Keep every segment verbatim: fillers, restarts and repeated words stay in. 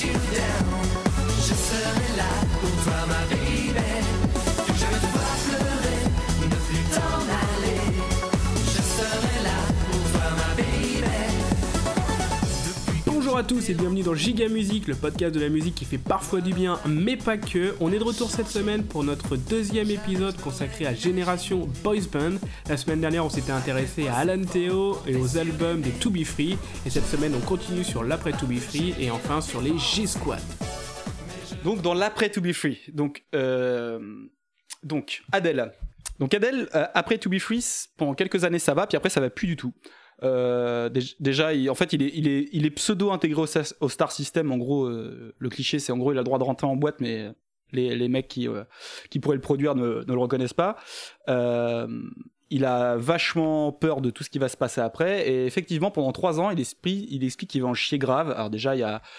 let you down. Je serai là pour toi, ma baby. Je vais te voir pleurer, ne plus t'en aller. Je serai là pour toi, ma baby. Bonjour à tous et bienvenue dans Giga Musique, le podcast de la musique qui fait parfois du bien, mais pas que. On est de retour cette semaine pour notre deuxième épisode consacré à Génération Boys Band. La semaine dernière, on s'était intéressé à Alan Théo et aux albums des To Be Free. Et cette semaine, on continue sur l'après To Be Free et enfin sur les G-Squad. Donc dans l'après To Be Free, donc, euh, donc Adele. Donc Adele, euh, après To Be Free, pendant quelques années ça va, puis après ça va plus du tout. Euh, déjà, il, en fait, il est, il est, il est pseudo-intégré au, au Star System. En gros, euh, le cliché, c'est en gros, il a le droit de rentrer en boîte, mais les, les mecs qui, euh, qui pourraient le produire ne, ne le reconnaissent pas. Euh, il a vachement peur de tout ce qui va se passer après. Et effectivement, pendant trois ans, il explique, il explique qu'il va en chier grave. Alors déjà, il y a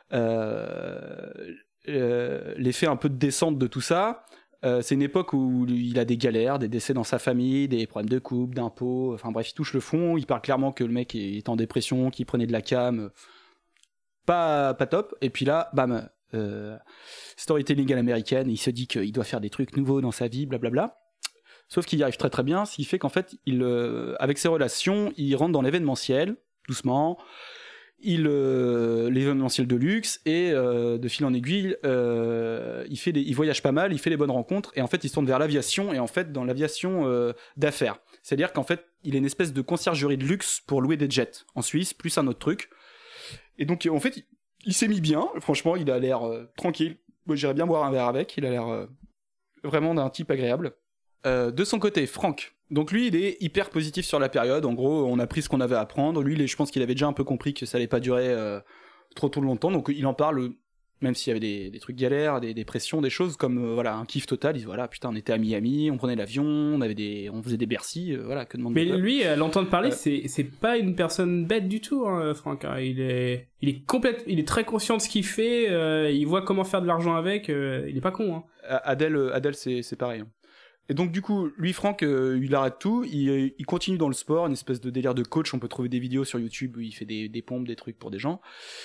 euh, euh, l'effet un peu de descente de tout ça. Euh, c'est une époque où il a des galères, des décès dans sa famille, des problèmes de couple, d'impôts, enfin bref, il touche le fond, il parle clairement que le mec est en dépression, qu'il prenait de la cam, pas, pas top, et puis là, bam, euh, storytelling à l'américaine, il se dit qu'il doit faire des trucs nouveaux dans sa vie, blablabla, sauf qu'il y arrive très très bien, ce qui fait qu'en fait, il, euh, avec ses relations, il rentre dans l'événementiel, doucement, il euh, l'événementiel de luxe et euh, de fil en aiguille euh, il fait des, il voyage pas mal, il fait les bonnes rencontres et en fait il se tourne vers l'aviation et en fait dans l'aviation euh, d'affaires, c'est-à-dire qu'en fait il est une espèce de conciergerie de luxe pour louer des jets en Suisse plus un autre truc et donc en fait il, il s'est mis bien, franchement il a l'air euh, tranquille, moi j'irais bien boire un verre avec, il a l'air euh, vraiment d'un type agréable. Euh, de son côté, Franck. Donc lui, il est hyper positif sur la période. En gros, on a pris ce qu'on avait à prendre. Lui, je pense qu'il avait déjà un peu compris que ça allait pas durer euh, trop trop longtemps. Donc il en parle, même s'il y avait des, des trucs galères, des, des pressions, des choses comme euh, voilà un kiff total. Il dit voilà, putain, on était à Miami, on prenait l'avion, on avait des, on faisait des Bercy, euh, voilà, que demande. Mais de lui, à l'entendre parler, euh... c'est c'est pas une personne bête du tout, hein, Franck. Hein. Il est il est complète, il est très conscient de ce qu'il fait. Euh, il voit comment faire de l'argent avec. Euh, il est pas con. Hein. Adèle, Adèle, c'est c'est pareil. Hein. Et donc du coup, lui, Franck, euh, il arrête tout, il, il continue dans le sport, une espèce de délire de coach, on peut trouver des vidéos sur YouTube où il fait des, des pompes, des trucs pour des gens.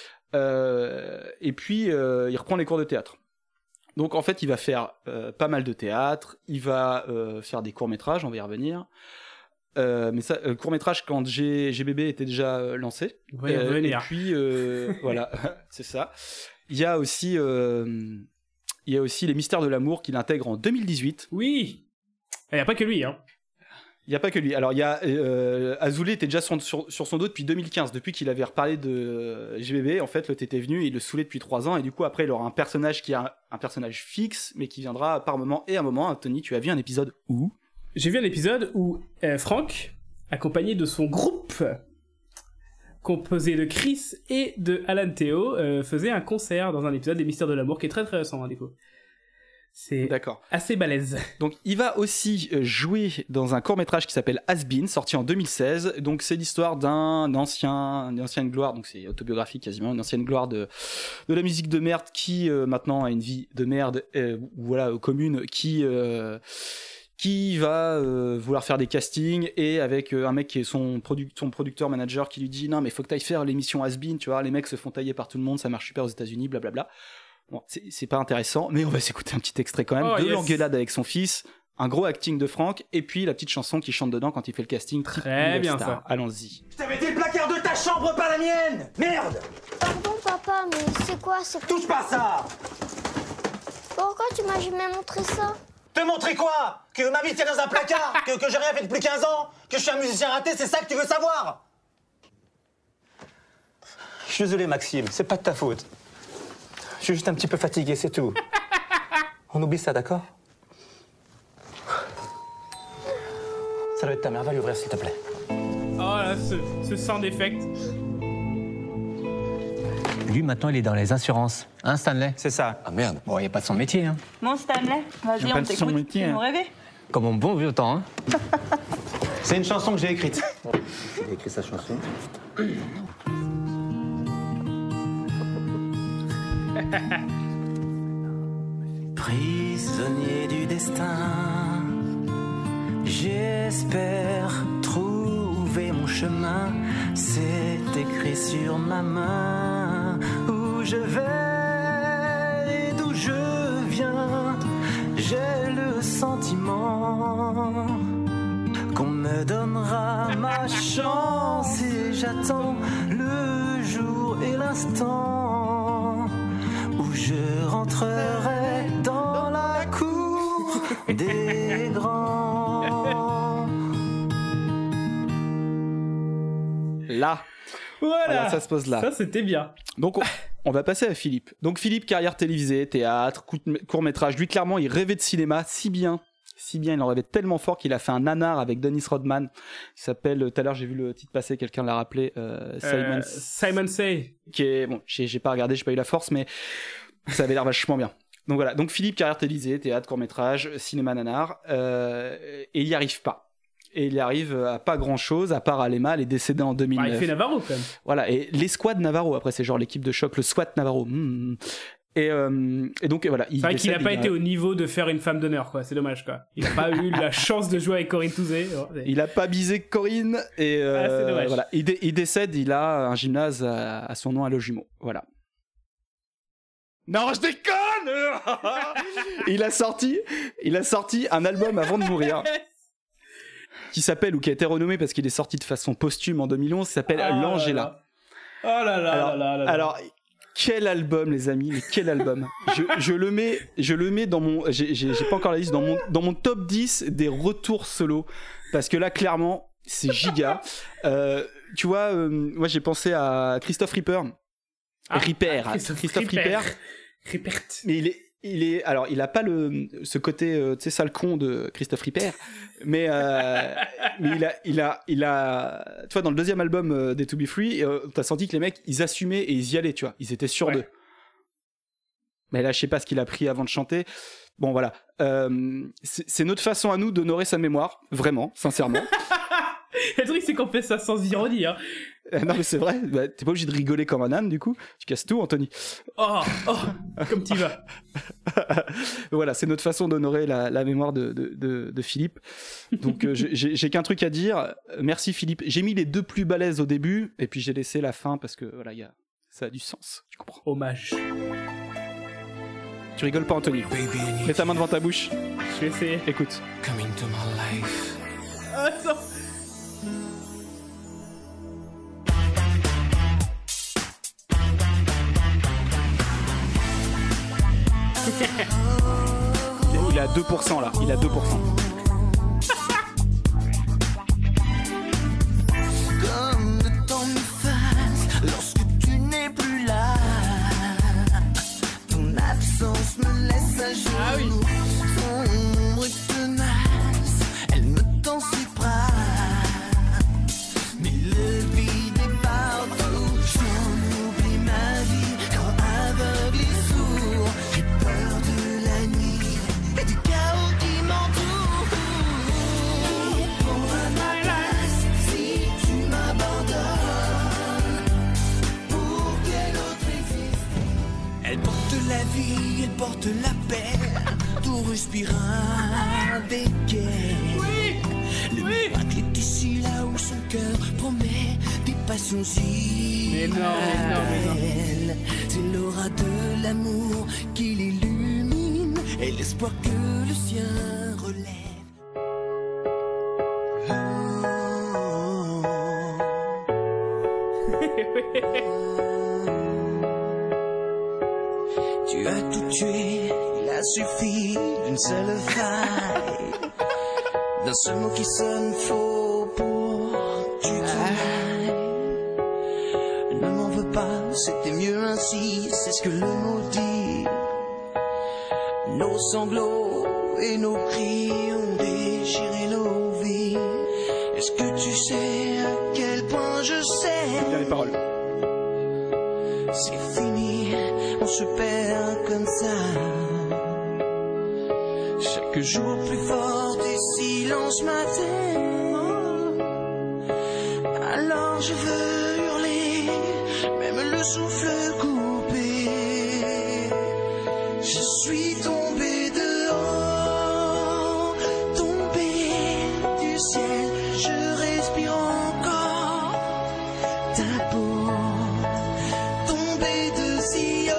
Euh, et puis, euh, il reprend les cours de théâtre. Donc en fait, il va faire euh, pas mal de théâtre, il va euh, faire des courts-métrages, on va y revenir. Euh, mais ça, euh, court-métrage quand G, G B B était déjà euh, lancé. On va y revenir. Euh, et puis, euh, voilà, c'est ça. Il y a aussi... Euh, il y a aussi Les Mystères de l'amour qu'il intègre en deux mille dix-huit. Oui. Il n'y a pas que lui, hein. Il n'y a pas que lui. Alors, il y a euh, Azoulay était déjà sur, sur, sur son dos depuis deux mille quinze, depuis qu'il avait reparlé de euh, G B B. En fait, l'autre était venu et il le saoulait depuis trois ans. Et du coup, après, il aura un personnage qui a un, un personnage fixe, mais qui viendra par moment et à un moment. Tony, tu as vu un épisode où J'ai vu un épisode où euh, Franck, accompagné de son groupe, composé de Chris et de Alan Théo, euh, faisait un concert dans un épisode des Mystères de l'amour qui est très très récent, hein, du coup. C'est D'accord. assez balèze. Donc il va aussi jouer dans un court-métrage qui s'appelle Has Been, sorti en deux mille seize. Donc c'est l'histoire d'un ancien, une ancienne gloire, donc c'est autobiographique quasiment, une ancienne gloire de, de la musique de merde qui euh, maintenant a une vie de merde, euh, voilà, commune, qui... Euh, qui va euh, vouloir faire des castings et avec euh, un mec qui est son, produ- son producteur manager qui lui dit non mais faut que t'ailles faire l'émission Has Been, tu vois, les mecs se font tailler par tout le monde, ça marche super aux États-Unis, blablabla. Bon, c'est, c'est pas intéressant, mais on va s'écouter un petit extrait quand même oh, de yes. l'engueulade avec son fils, un gros acting de Franck, et puis la petite chanson qu'il chante dedans quand il fait le casting. Très bien Star. ça. Allons-y. Je t'avais dit le placard de ta chambre, pas la mienne. Merde. Pardon papa, mais c'est quoi c'est... Touche pas à ça. Pourquoi tu m'as jamais montré ça? Te montrer quoi? Que ma vie tient dans un placard? que, que j'ai rien fait depuis quinze ans? Que je suis un musicien raté, c'est ça que tu veux savoir? Je suis désolé Maxime, c'est pas de ta faute. Je suis juste un petit peu fatigué, c'est tout. On oublie ça, d'accord? Ça doit être ta mère, va l'ouvrir s'il te plaît. Oh là, ce, ce sound effect. Lui, maintenant, il est dans les assurances. Hein, Stanley? C'est ça. Ah merde. Bon, il n'y a pas de son métier, hein. Bon, Stanley, vas-y, on t'écoute. Fais-nous rêver. Comme en bon vieux temps, hein. C'est une chanson que j'ai écrite. J'ai écrit sa chanson. Prisonnier du destin, j'espère trouver mon chemin. C'est écrit sur ma main où je je vais et d'où je viens. J'ai le sentiment qu'on me donnera ma chance et j'attends le jour et l'instant où je rentrerai dans la cour des grands. Là. Voilà. Voilà, ça se pose là. Ça, c'était bien. Donc, on, on va passer à Philippe. Donc, Philippe, carrière télévisée, théâtre, court-métrage. Lui, clairement, il rêvait de cinéma si bien. Si bien, il en rêvait tellement fort qu'il a fait un nanar avec Dennis Rodman. Il s'appelle, tout à l'heure, j'ai vu le titre passer, quelqu'un l'a rappelé, euh, Simon. Euh, Simon Say. Qui est, bon, j'ai, j'ai pas regardé, j'ai pas eu la force, mais ça avait l'air vachement bien. Donc voilà. Donc, Philippe, carrière télévisée, théâtre, court-métrage, cinéma nanar. Euh, et il y arrive pas. Et il y arrive à pas grand chose, à part Alema, elle est décédée en deux mille neuf. Bah, il fait Navarro quand même. Voilà, et l'escouade Navarro, après c'est genre l'équipe de choc, le SWAT Navarro. Mmh. Et, euh, et donc voilà. C'est vrai qu'il n'a pas été au niveau de faire une femme d'honneur, quoi. C'est dommage, quoi. Il n'a pas eu la chance de jouer avec Corinne Touzé. Il n'a pas bisé Corinne, et euh, ah, c'est dommage. Voilà. Il, dé- il décède, il a un gymnase à, à son nom à Lojumeau. Voilà. Non, je déconne. Il a sorti, il a sorti un album avant de mourir. Qui s'appelle, ou qui a été renommé parce qu'il est sorti de façon posthume en deux mille onze, s'appelle oh L'Angela. Oh là là alors, là là là là. alors, quel album, les amis, mais quel album. je, je le mets, je le mets dans mon, j'ai, j'ai, j'ai pas encore la liste, dans mon, dans mon top dix des retours solo, parce que là, clairement, c'est giga. euh, tu vois, euh, moi j'ai pensé à Christophe Ripper. Ah, Ripper, ah, Christophe Christophe Ripper. Ripper. Ripper. Mais il est, il est, alors il a pas le, ce côté, euh, tu sais, sale con de Christophe Ripper, mais, euh, mais il a, il a, il a, tu vois, dans le deuxième album euh, des To Be Free, euh, t'as senti que les mecs, ils assumaient et ils y allaient, tu vois, ils étaient sûrs Ouais. d'eux. Mais là, je sais pas ce qu'il a pris avant de chanter. Bon, voilà, euh, c'est, c'est notre façon à nous d'honorer sa mémoire, vraiment, sincèrement. Le truc, c'est qu'on fait ça sans ironie, hein. Euh, non, mais c'est vrai, bah, t'es pas obligé de rigoler comme un âne, du coup, tu casses tout, Anthony. Oh, oh, comme tu vas. Voilà, c'est notre façon d'honorer la, la mémoire de, de, de, de Philippe. Donc, euh, j'ai, j'ai qu'un truc à dire. Merci Philippe. J'ai mis les deux plus balèzes au début, et puis j'ai laissé la fin parce que voilà, y a, ça a du sens. Tu comprends? Hommage. Tu rigoles pas, Anthony? Mets ta main devant ta bouche. Je vais essayer. Écoute. Come into my life. Attends. Il est à deux pour cent là. Il est à deux pour cent. Comme le temps m'efface lorsque tu n'es plus là. Ton absence me laisse à genoux. Ah oui. Ton ombre est tenace, elle me tend ses bras. Mais le vide est partout. J'en oublie ma vie, quand aveugle et sourd. J'ai peur de la nuit et du chaos qui m'entoure. Prends ma place si tu m'abandonnes. Pour quel autre existe? Elle porte la vie, elle porte la paix. Tout respire avec elle. Oui. Le Oui. miracle est ici, là où son cœur promet des passions si Mais non, mais non, mais non. belles. C'est l'aura de l'amour qui l'illumine et l'espoir que le sien relève. Tu as tout tué, il a suffi d'une seule faille, d'un seul mot qui sonne faux pour que tu t'en ailles. Ne m'en veux pas, c'était mieux ainsi, c'est ce que le mot dit. Nos sanglots et nos cris ont déchiré nos vies. Est-ce que tu sais à quel point je sais? Bien les paroles. C'est fini, on se perd comme ça. Chaque jour plus fort, des silences m'atteignent. Alors je veux hurler, même le souffle coupé. Je suis tombé de haut, tombé du ciel. Je respire encore ta peau. Tombé de si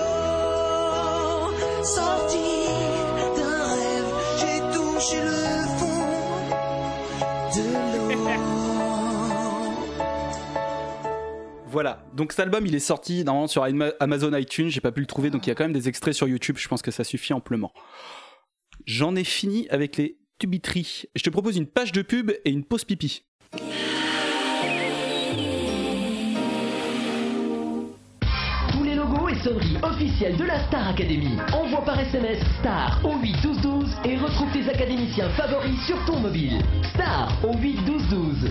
Voilà, donc cet album il est sorti normalement sur Amazon iTunes, j'ai pas pu le trouver, donc il y a quand même des extraits sur YouTube, je pense que ça suffit amplement. J'en ai fini avec les Tubitry. Je te propose une page de pub et une pause pipi. Tous les logos et sonneries officielles de la Star Academy. Envoie par S M S STAR au huit douze douze et retrouve tes académiciens favoris sur ton mobile. STAR au huit douze douze.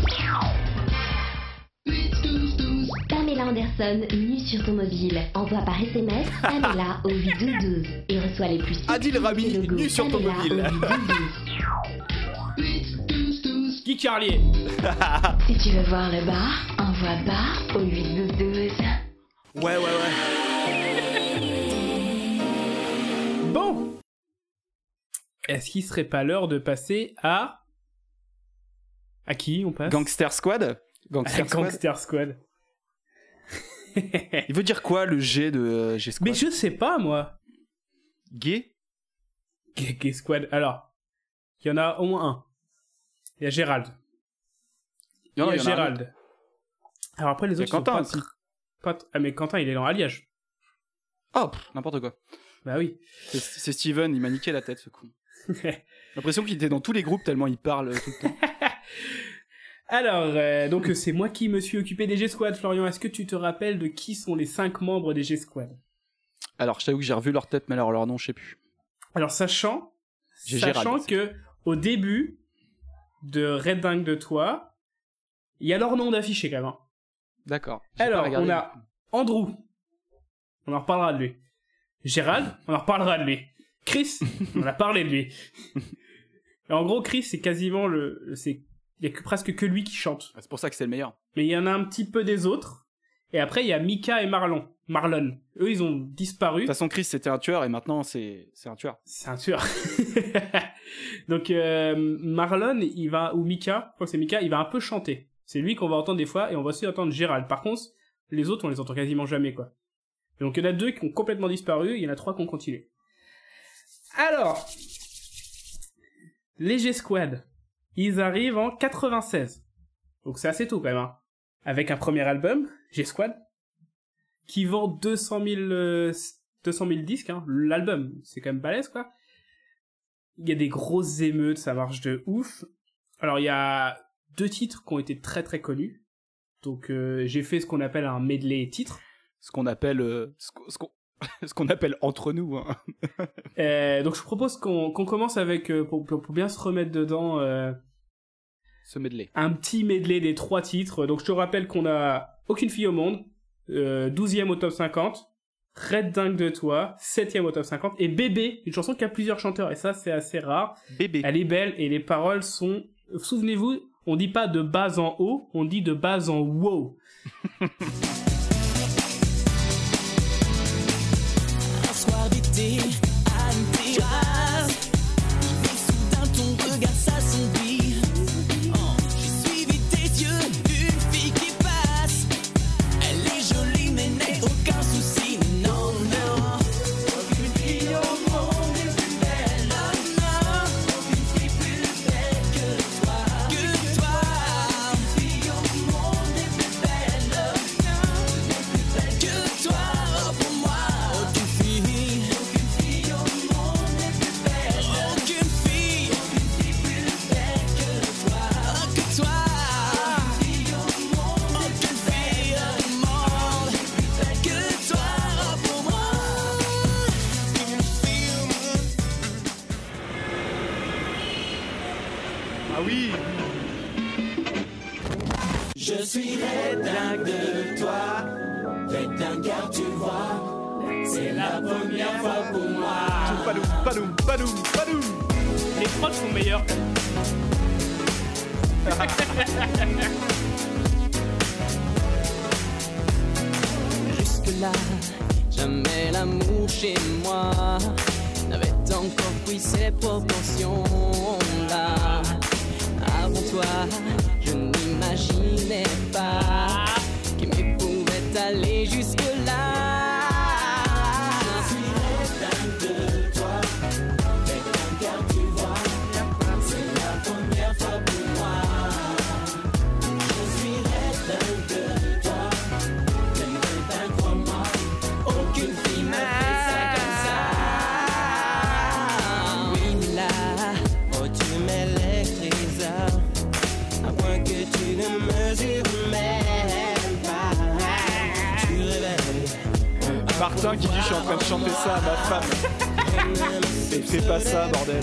Pamela Anderson, nue sur ton mobile. Envoie par S M S Pamela au huit douze douze et reçois les plus Adil Rami, nu sur ton mobile. Guy Carlier. Si tu veux voir le bar, envoie bar au huit douze douze. Ouais, ouais, ouais. Bon. Est-ce qu'il serait pas l'heure de passer à... À qui on passe? Gangster Squad. Gangster Squad. Gangster Squad. Il veut dire quoi le G de euh, G Squad? Mais je sais pas moi. Gay Gay, Gay Squad. Alors, il y en a au moins un. Il y a Gérald. Il y, non, a il y en a Gérald. Alors après les autres sont Quentin pas, aussi. pas... Ah mais Quentin il est dans Alliage. Oh, pff, n'importe quoi. Bah oui. C'est, c'est Steven, il m'a niqué la tête ce con. J'ai l'impression qu'il était dans tous les groupes tellement il parle tout le temps. Alors, euh, donc c'est moi qui me suis occupé des G-Squad, Florian. Est-ce que tu te rappelles de qui sont les cinq membres des G-Squad? Alors, je t'avoue que j'ai revu leur tête, mais alors leur nom, je sais plus. Alors, sachant, J'ai sachant Gérald, que au début de Red Dingue de Toi, il y a leur nom d'affiché quand même. Hein. D'accord. J'ai Alors, pas regardé. on a Andrew. On en reparlera de lui. Gérald, on en reparlera de lui. Chris, on a parlé de lui. Et en gros, Chris, c'est quasiment le... c'est il y a que, presque que lui qui chante. C'est pour ça que c'est le meilleur. Mais il y en a un petit peu des autres. Et après, il y a Mika et Marlon. Marlon. Eux, ils ont disparu. De toute façon, Chris, c'était un tueur, et maintenant, c'est, c'est un tueur. C'est un tueur. Donc, euh, Marlon, il va... Ou Mika, je crois que c'est Mika, il va un peu chanter. C'est lui qu'on va entendre des fois, et on va aussi entendre Gérald. Par contre, les autres, on les entend quasiment jamais, quoi. Et donc, il y en a deux qui ont complètement disparu, il y en a trois qui ont continué. Alors... Les G-Squad... Ils arrivent en quatre-vingt-seize. Donc c'est assez tôt quand même. Hein. Avec un premier album, G-Squad, qui vend deux cent mille, euh, deux cent mille disques. Hein. L'album, c'est quand même balèze quoi. Il y a des grosses émeutes, ça marche de ouf. Alors il y a deux titres qui ont été très très connus. Donc euh, j'ai fait ce qu'on appelle un medley titre. Ce qu'on appelle... Euh, ce, qu'on, ce, qu'on, ce qu'on appelle entre nous. Hein. euh, donc je propose qu'on, qu'on commence avec, euh, pour, pour bien se remettre dedans... Euh, Ce medley. Un petit medley des trois titres. Donc je te rappelle qu'on a Aucune fille au monde, euh, douzième au top cinquante, Red Dingue de Toi, septième au top cinquante, et Bébé, une chanson qui a plusieurs chanteurs, et ça c'est assez rare. Bébé. Elle est belle, et les paroles sont... Souvenez-vous, on dit pas de bas en haut, on dit de bas en wow. Un soir d'été, à une terrasse, et soudain ton regard s'assombrit. Je suis Red Dingue de Toi, Red Dingue car tu vois, c'est la première fois pour moi. Padoum, padoum, padoum, padoum. Les prods sont meilleurs. Jusque-là, jamais l'amour chez moi n'avait encore pris ces proportions-là. Avant toi, je n'imaginais pas qu'aimer pouvait aller jusque-là. Je suis Red Dingue de Toi, Red Dingue car tu vois, c'est la première fois pour moi. ne mesure même pas. Tu réveilles. Martin qui dit je suis en train de chanter ça à ma femme. Et fais pas ça, bordel.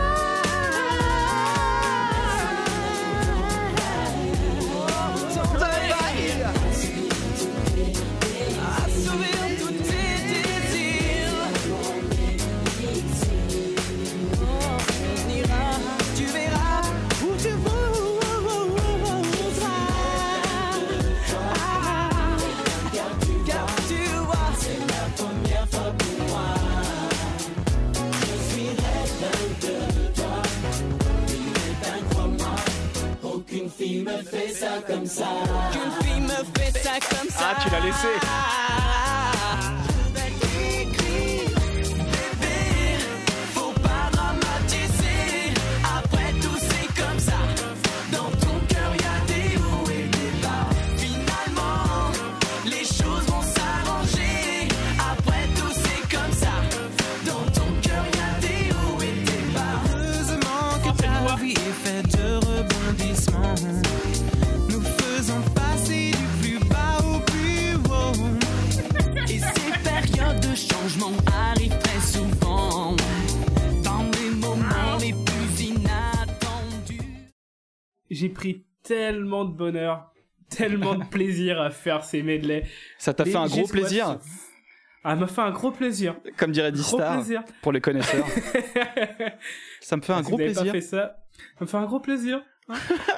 Qu'une fille me fait ça comme ça. Qu'une fille me fait ça comme ça. Ah, tu l'as laissé. Je vais t'écrire, bébé. Faut pas dramatiser. Après tout, c'est comme ça. Dans ton cœur, y a des hauts et des bas. Finalement, les choses vont s'arranger. Après tout, c'est comme ça. Dans ton cœur, y a des hauts et des bas. Heureusement que ta vie est faite de rebondissements. Nous faisons passer du plus bas au plus haut. Et ces périodes de changement arrivent très souvent dans les moments les plus inattendus. J'ai pris tellement de bonheur, tellement de plaisir à faire ces medleys. Ça t'a Les fait un gros G-Squats, plaisir. Ah, m'a fait un gros plaisir. Comme dirait Gros D-Star, plaisir. pour les connaisseurs. Ça me fait un Si gros vous avez plaisir. pas fait ça, ça me fait un gros plaisir. Hein.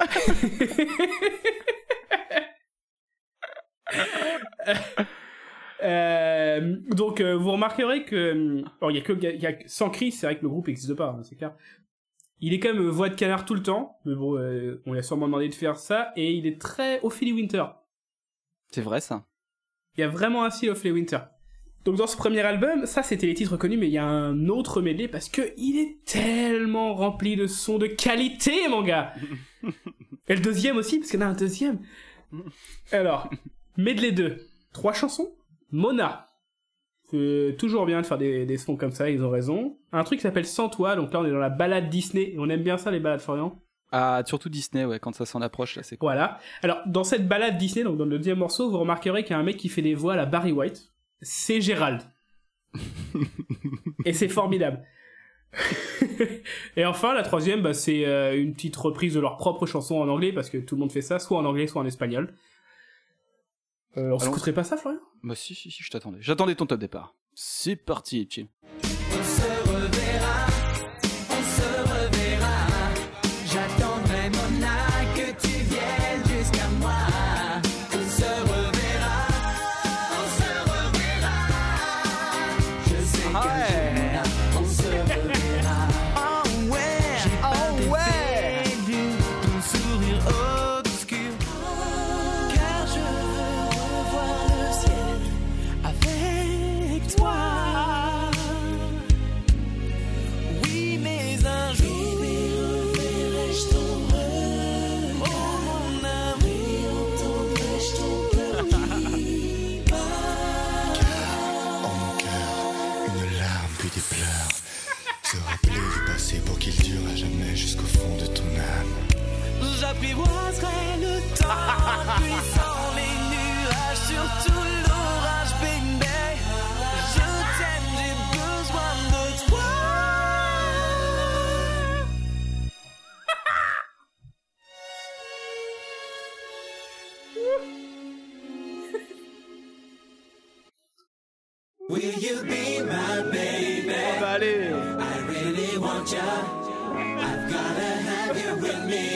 Euh, donc euh, vous remarquerez que alors il y a que il y a sans Chris, c'est vrai que le groupe n'existe pas, hein, c'est clair. Il est quand même voix de canard tout le temps, mais bon, euh, on lui a sûrement demandé de faire ça, et il est très Ophélie Winter. C'est vrai ça. Il y a vraiment un style Ophélie Winter. Donc dans ce premier album, ça c'était les titres connus, mais il y a un autre medley parce que il est tellement rempli de sons de qualité, mon gars. Et le deuxième aussi, parce qu'il y en a un deuxième. Alors, medley deux, trois chansons. Mona. C'est toujours bien de faire des, des sons comme ça, ils ont raison. Un truc qui s'appelle Sans toi, donc là on est dans la balade Disney, et on aime bien ça les balades, Florian. Ah, surtout Disney, ouais, quand ça s'en approche, là, c'est cool. Voilà. Alors, dans cette balade Disney, donc dans le deuxième morceau, vous remarquerez qu'il y a un mec qui fait des voix à la Barry White. C'est Gérald. Et c'est formidable. Et enfin, la troisième, bah, c'est euh, une petite reprise de leur propre chanson en anglais, parce que tout le monde fait ça, soit en anglais, soit en espagnol. Euh, on s'écouterait pas ça, Florian ? Bah si, si, si, je t'attendais. J'attendais ton top départ. C'est parti, chill. On se reverra, on se reverra. J'attendrai Mona que tu viennes jusqu'à moi. On se reverra, on se reverra. Je sais Ah que ouais. on se reverra. Oh ouais, j'ai pas Oh ouais. défait ton sourire obscur. Car je veux revoir le ciel avec toi. Oui, mais un jour, reverrai-je ton regard. Oh mon ami, entendrai-je ton cœur qui bat. En mon cœur, une larme puis des pleurs. Se rappeler du passé pour qu'il dure à jamais jusqu'au fond de ton âme. J'apprivoiserai le temps puissant, les nuages sur tout l'orage, baby. Je t'aime, j'ai besoin de toi. Will you be my baby? Bah allez. I really want ya. I've gotta have you with me.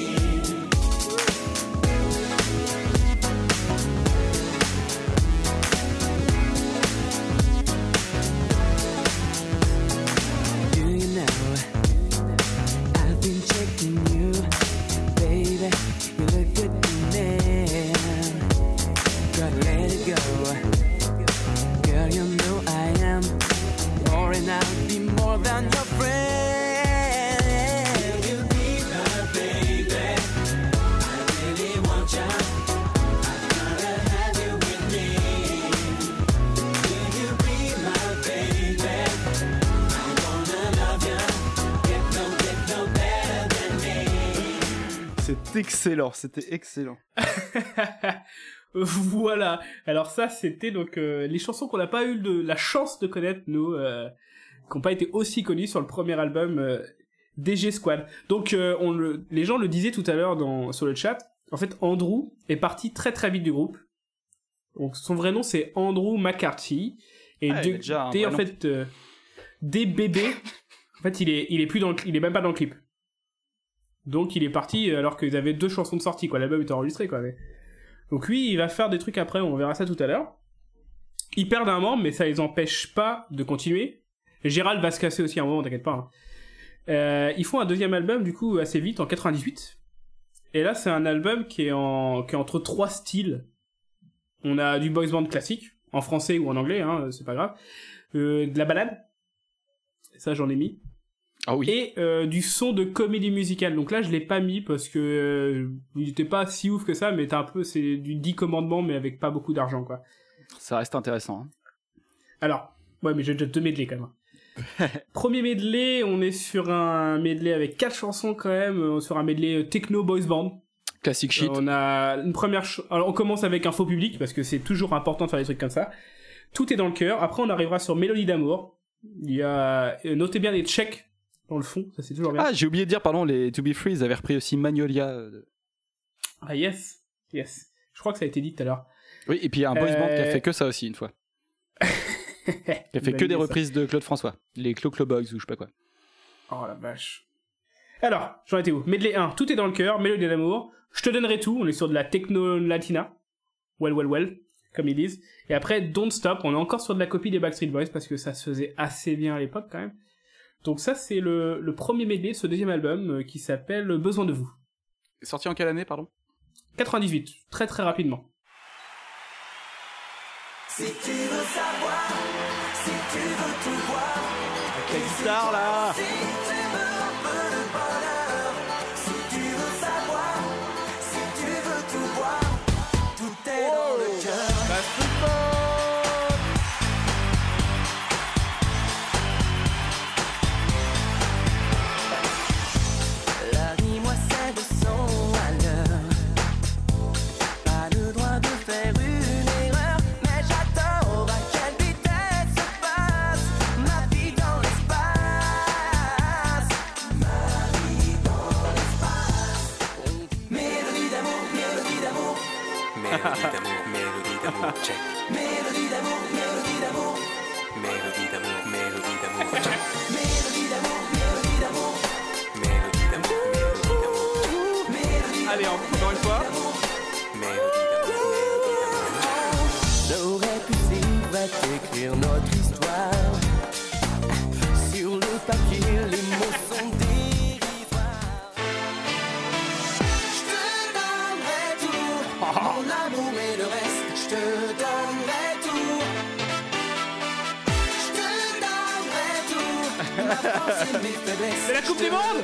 Do you know I've been checking you, baby? You look good to me. Gotta let it go. Girl, you know I am more and I'll be more than your friend. Will you be my baby? excellent, c'était excellent. Voilà. Alors ça, c'était donc euh, les chansons qu'on n'a pas eu de la chance de connaître, nous, euh, qui n'ont pas été aussi connues sur le premier album euh, D G Squad. Donc euh, on le, les gens le disaient tout à l'heure dans sur le chat. En fait, Andrew est parti très très vite du groupe. Donc son vrai nom c'est Andrew McCarthy et ah, de, déjà dès en fait euh, dès bébé, en fait il est il est plus dans le, il est même pas dans le clip. Donc il est parti alors qu'ils avaient deux chansons de sortie quoi. L'album était enregistré quoi. Mais... Donc lui, il va faire des trucs après, on verra ça tout à l'heure. Ils perdent un membre, mais ça les empêche pas de continuer. Gérald va se casser aussi à un moment, t'inquiète pas. Hein. Euh, ils font un deuxième album, du coup, assez vite, en quatre-vingt-dix-huit. Et là, c'est un album qui est, en... qui est entre trois styles. On a du boys band classique, en français ou en anglais, hein, c'est pas grave. Euh, de la balade. Ça, j'en ai mis. Ah oui. Et euh, du son de comédie musicale. Donc là, je l'ai pas mis parce que euh, il était pas si ouf que ça, mais t'as un peu, c'est du dix commandements, mais avec pas beaucoup d'argent, quoi. Ça reste intéressant. Hein. Alors, ouais, mais j'ai déjà deux medley quand même. Premier medley, on est sur un medley avec quatre chansons quand même, sur un medley techno boys band. Classic shit. Euh, on a une première, ch- alors on commence avec un faux public parce que c'est toujours important de faire des trucs comme ça. Tout est dans le cœur. Après, on arrivera sur Mélodie d'amour. Il y a, euh, notez bien les tchèques. Dans le fond, ça c'est toujours bien. Ah, j'ai oublié de dire, pardon, les To Be Free, ils avaient repris aussi Magnolia. Euh... Ah yes, yes. Je crois que ça a été dit tout à l'heure. Oui, et puis il y a un boys band euh... qui a fait que ça aussi une fois. Qui a fait que des reprises ça. de Claude François. Les Clo Clo Boys ou je sais pas quoi. Oh la vache. Alors, j'en étais où? Medley un, tout est dans le cœur, Mélodie d'amour. Je te donnerai tout, on est sur de la techno latina. Well, well, well, comme ils disent. Et après, Don't Stop, on est encore sur de la copie des Backstreet Boys parce que ça se faisait assez bien à l'époque quand même. Donc ça, c'est le, le premier medley de ce deuxième album euh, qui s'appelle Besoin de vous. Sorti en quelle année, pardon? quatre-vingt-dix-huit, très très rapidement. Si tu veux savoir, si tu veux tout voir, quelle guitare là! Si tu veux un peu de bonheur, si tu veux savoir, si tu veux tout voir, tout est oh dans le cœur. Bah, Mélodie d'amour, mélodie d'amour, check. Mélodie d'amour, mélodie d'amour. Mélodie d'amour, mélodie d'amour, check. Mélodie d'amour, mélodie d'amour. Mélodie d'amour, mélodie d'amour. Mélodie allez, encore une fois. Mélodie d'amour, mélodie d'amour. J'aurais pu vivre à t'écrire notre histoire. Sur le papier, les mots sont dérisoires. Je te donnerai tout, mon amour et le reste. Je te donnerai tout. Je te donnerai tout, ma force et mes faiblesses. C'est la Coupe du Monde.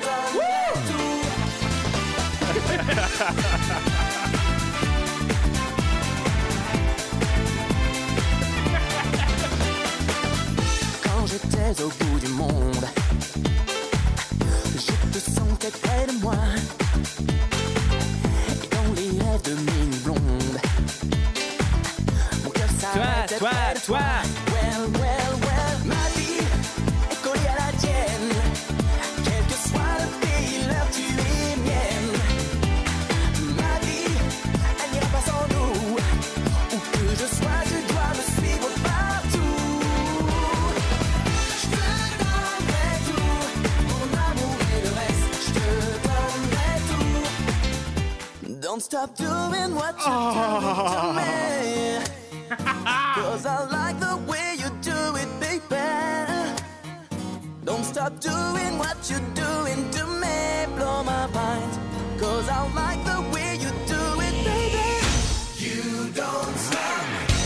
Quand j'étais au bout du monde, je te sentais près de moi. Et dans les rêves de mine blonde, mon cœur s'arrêtait toi, près de toi. Well, well, well, ma vie est collée à la tienne. Quel que soit le pays, l'heure, tu es mienne. Ma vie, elle n'ira pas sans nous. Où que je sois, je dois me suivre partout. Je te donnerai tout, mon amour et le reste. Je te donnerai tout. Don't stop doing what you're doing to me. Cause I like the way you do it, baby. Don't stop doing what you're doing to me. Blow my mind. Cause I like the way you do it, baby. You don't stop.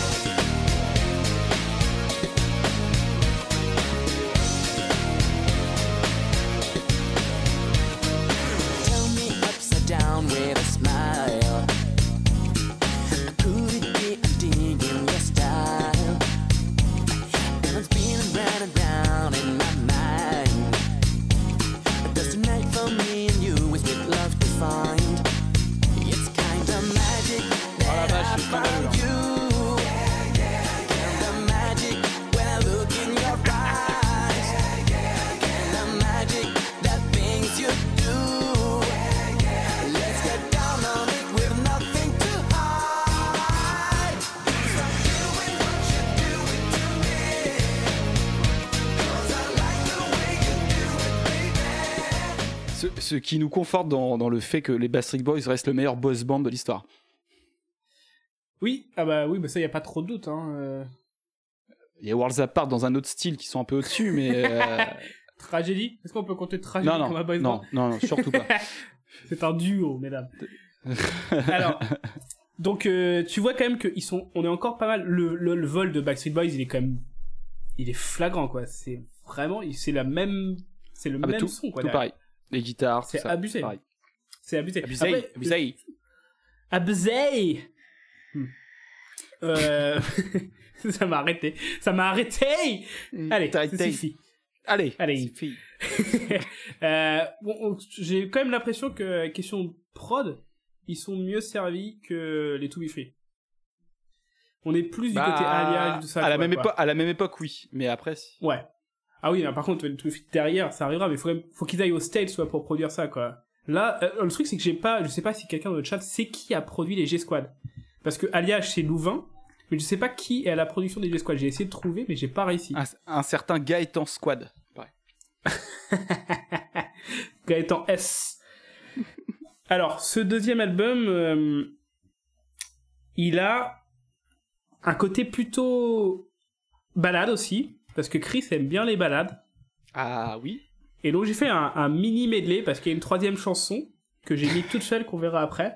Tell me upside down with a smile. Could it be I'm digging your style? And I'm spinning round and round in my mind. There's tonight for me and you is with love to find. ce qui nous conforte dans, dans le fait que les Backstreet Boys restent le meilleur boys band de l'histoire. Oui, ah bah oui, bah ça y a pas trop de doute. Hein. Euh... Il y a Worlds Apart dans un autre style qui sont un peu au-dessus, mais... Euh... Tragédie. Est-ce qu'on peut compter Tragédie non, non, comme un boys non, band? non, non, surtout pas. C'est un duo, mesdames. Alors, donc euh, tu vois quand même qu'ils sont, on est encore pas mal. Le, le, le vol de Backstreet Boys, il est quand même, il est flagrant quoi. C'est vraiment, c'est la même, c'est le Ah bah même tout, son quoi. tout derrière. pareil. Les guitares, tout C'est ça, abusé. pareil. C'est abusé. Abusé, Après, abusé. Abusé. Hmm. Euh... ça m'a arrêté. Ça m'a arrêté. Allez, ça suffit. Allez, allez. Suffit. euh, bon, j'ai quand même l'impression que question de prod, ils sont mieux servis que les To Be Free. On est plus bah, du côté alliage tout ça. À la quoi, même quoi. époque, à la même époque, oui. Mais après. Si... Ouais. Ah oui, non, par contre, les To Be Free derrière, ça arrivera, mais faut, même, faut qu'ils aillent aux States soit pour produire ça, quoi. Là, euh, le truc c'est que j'ai pas, je sais pas si quelqu'un dans le chat sait qui a produit les G-Squad. Parce que alliage c'est Louvain, mais je sais pas qui est à la production des G-Squad. J'ai essayé de trouver, mais j'ai pas réussi. Un, un certain Gaëtan Squad. Gaëtan S. Alors, ce deuxième album, euh, il a un côté plutôt balade aussi, parce que Chris aime bien les balades. Ah oui. Et donc j'ai fait un, un mini medley, parce qu'il y a une troisième chanson que j'ai mis toute seule, qu'on verra après.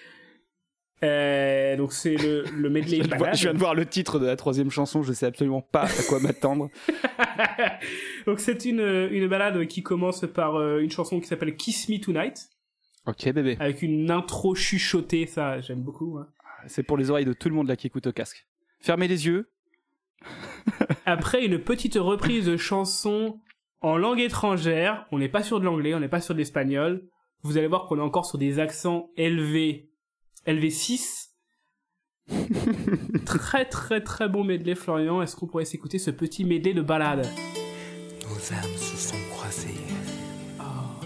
Euh, donc c'est le, le medley je, viens balade. voir, je viens de voir le titre de la troisième chanson, je sais absolument pas à quoi m'attendre. Donc c'est une, une balade qui commence par euh, une chanson qui s'appelle Kiss Me Tonight. Ok bébé. Avec une intro chuchotée, ça j'aime beaucoup. Hein. C'est pour les oreilles de tout le monde là qui écoute au casque. Fermez les yeux. Après une petite reprise de chanson en langue étrangère, on n'est pas sur de l'anglais, on n'est pas sur de l'espagnol. Vous allez voir qu'on est encore sur des accents élevés. L V six. Très très très bon medley, Florian. Est-ce qu'on pourrait s'écouter ce petit medley de balade? Nos âmes se sont croisées. Oh.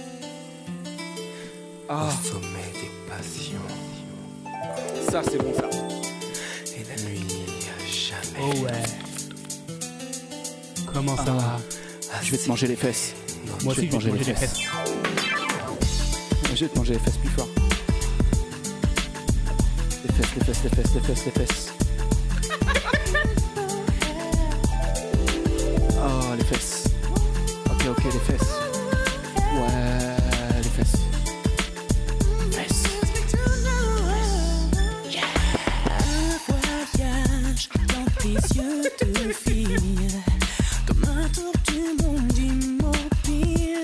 Oh. Au sommet des passions. Ça c'est bon ça. Et la nuit jamais. Oh ouais. Comment ça ah. va? Je vais te manger les fesses. Moi aussi je vais te manger les fesses. Je vais te manger les fesses plus fort. Les fesses, les fesses, les fesses, les fesses, les fesses. Oh, les fesses. Ok, ok, les fesses. Ouais, les fesses. Fesses. Un voyage dans tes yeux de fille, comme un tour du monde immobile.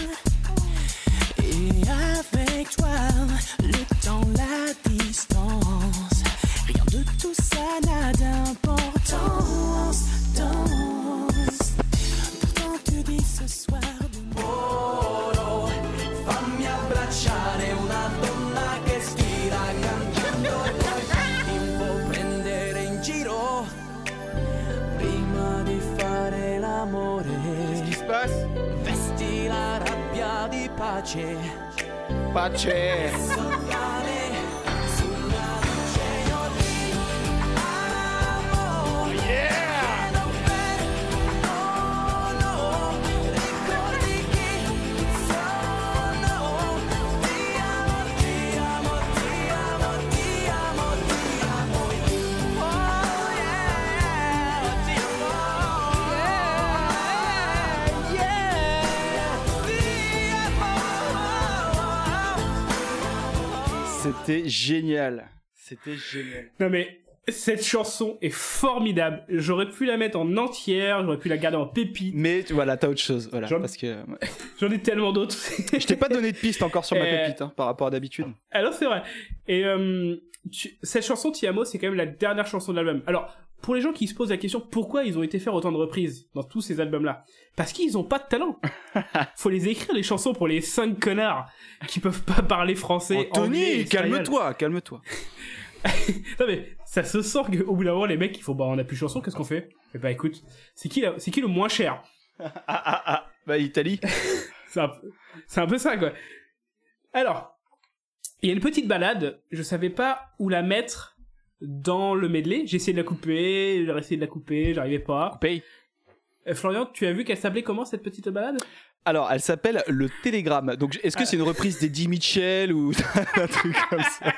Et avec toi, le temps, la distance, rien de tout ça n'a d'importance. Danse. Pourtant tu dis ce soir de Oro, fammi abbracciare una donna che stira cantando. Ti può prendere in giro prima di fare l'amore. Qu'est-ce qui se passe? Vesti la rabbia di pace. Pace. Sognare sulla luce di amore. Yeah! Non perdono, ricordi chi sono. Ti amo, ti amo, ti amo, ti amo, ti amo. Oh yeah, ti amo, yeah, yeah, ti amo. C'était génial. C'était génial. Non mais cette chanson est formidable. J'aurais pu la mettre en entière, j'aurais pu la garder en pépite. Mais voilà, t'as autre chose. Voilà, J'en- parce que J'en ai tellement d'autres. je t'ai pas donné de piste encore sur ma Euh, pépite hein, par rapport à d'habitude. Alors c'est vrai. Et euh, tu- cette chanson Ti Amo, c'est quand même la dernière chanson de l'album. Alors pour les gens qui se posent la question pourquoi ils ont été faire autant de reprises dans tous ces albums-là, parce qu'ils ont pas de talent. Faut les écrire les chansons pour les cinq connards qui peuvent pas parler français. anglais, Anthony, espagnol. calme-toi, calme-toi. Non mais ça se sent qu'au bout d'un moment les mecs ils font bah on a plus de chansons, qu'est-ce qu'on fait? Et bah écoute, c'est qui la- c'est qui le moins cher? Ah ah ah. Bah Italie. C'est un, peu- c'est un peu ça, quoi. Alors, il y a une petite balade, je savais pas où la mettre dans le medley. J'ai essayé de la couper, j'ai essayé de la couper, j'arrivais pas. Paye. Euh, Florian, tu as vu qu'elle s'appelait comment, cette petite balade? Alors, elle s'appelle Le Télégramme. Donc, est-ce que c'est une reprise d'Eddie Mitchell ou un truc comme ça?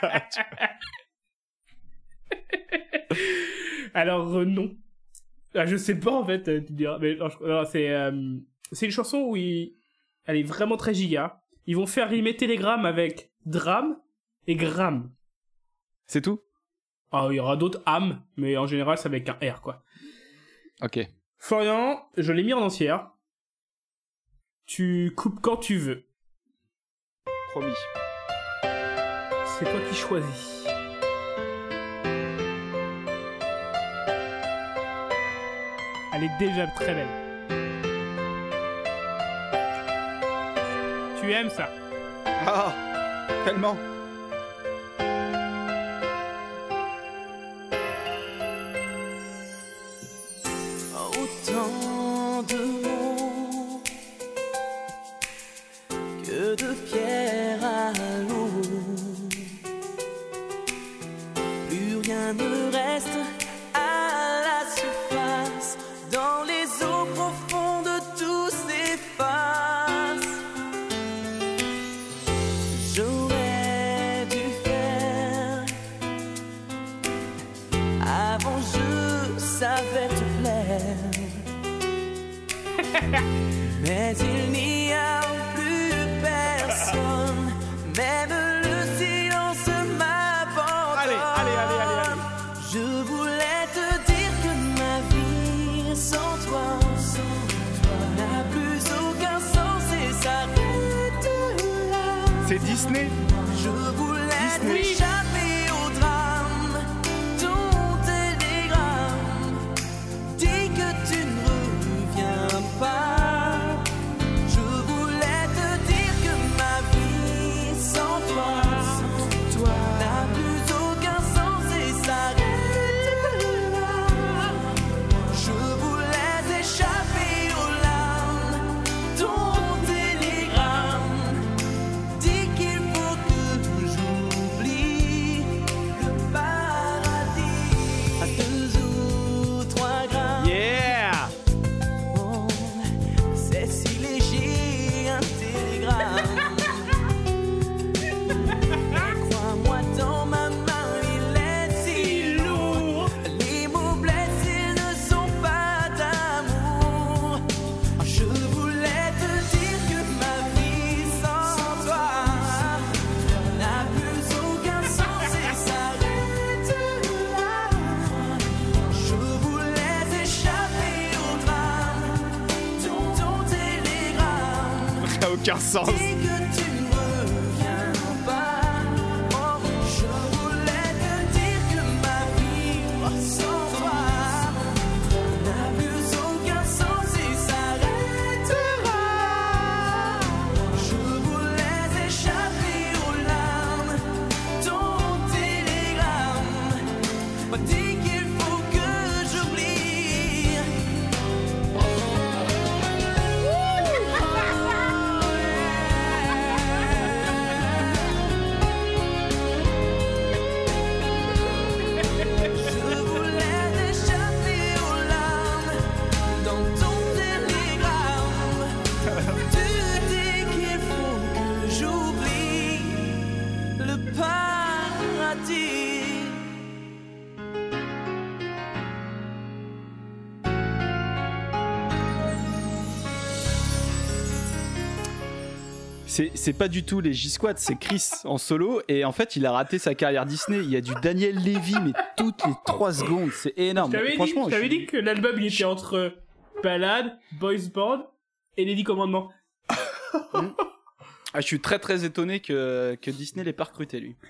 Alors, euh, non. Ah, je sais pas, en fait, euh, tu diras. Mais, non, je- non, c'est, euh, c'est une chanson où il... elle est vraiment très giga. Ils vont faire rimer télégramme avec drame et gramme. C'est tout? Ah, il y aura d'autres âmes, mais en général, c'est avec un R, quoi. Ok. Florian, je l'ai mis en entière. Tu coupes quand tu veux. Promis. C'est toi qui choisis. Elle est déjà très belle. Tu aimes ça? Ah, tellement. Autant de mots que de pierres à l'eau. Plus rien ne reste à la surface. Dans les eaux profondes, tout s'efface. J'aurais dû faire avant, je savais te plaire. Mais il n'y a plus personne. Même le silence m'abandonne. Allez, allez, allez, allez, allez. Je voulais te dire que ma vie sans toi, sans toi n'a plus aucun sens et s'arrête là. C'est Disney. Je voulais Disney. t'échapper au drame. Ton télégramme dit que tu ne reviens pas. Je voulais te dire que ma vie sans toi, sans toi n'a plus aucun sens et s'arrête là. Je voulais t'échapper aux larmes. Ton télégramme dit qu'il faut que j'oublie le paradis. À deux ou trois grammes. Yeah. Oh, c'est si léger un télégramme. Crois-moi, dans ma main, il est si lourd. Les mots blessés ne sont pas d'amour. Je voulais te dire que ma vie sans toi n'a plus aucun sens et s'arrête là. Je voulais t'échapper au drame. Ton, ton télégramme Ça n'a aucun sens. dit que tu ne reviens pas. Oh, je voulais te dire que ma vie sans toi n'a plus aucun sens et s'arrêtera. Je voulais échapper aux larmes. Ton télégramme m'a dit qu'il faut que j'oublie. Je voulais t'échapper aux larmes. Dans ton télégramme, tu dis qu'il faut que j'oublie le paradis. C'est c'est pas du tout les J-Squad, c'est Chris en solo. Et en fait, il a raté sa carrière Disney. Il y a du Daniel Levy, mais toutes les trois secondes. C'est énorme. Je t'avais dit, Franchement, je t'avais je- dit que l'album il était entre Ballade, Boys Band et Les Dix Commandements. Ah, je suis très très étonné que, que Disney l'ait pas recruté, lui.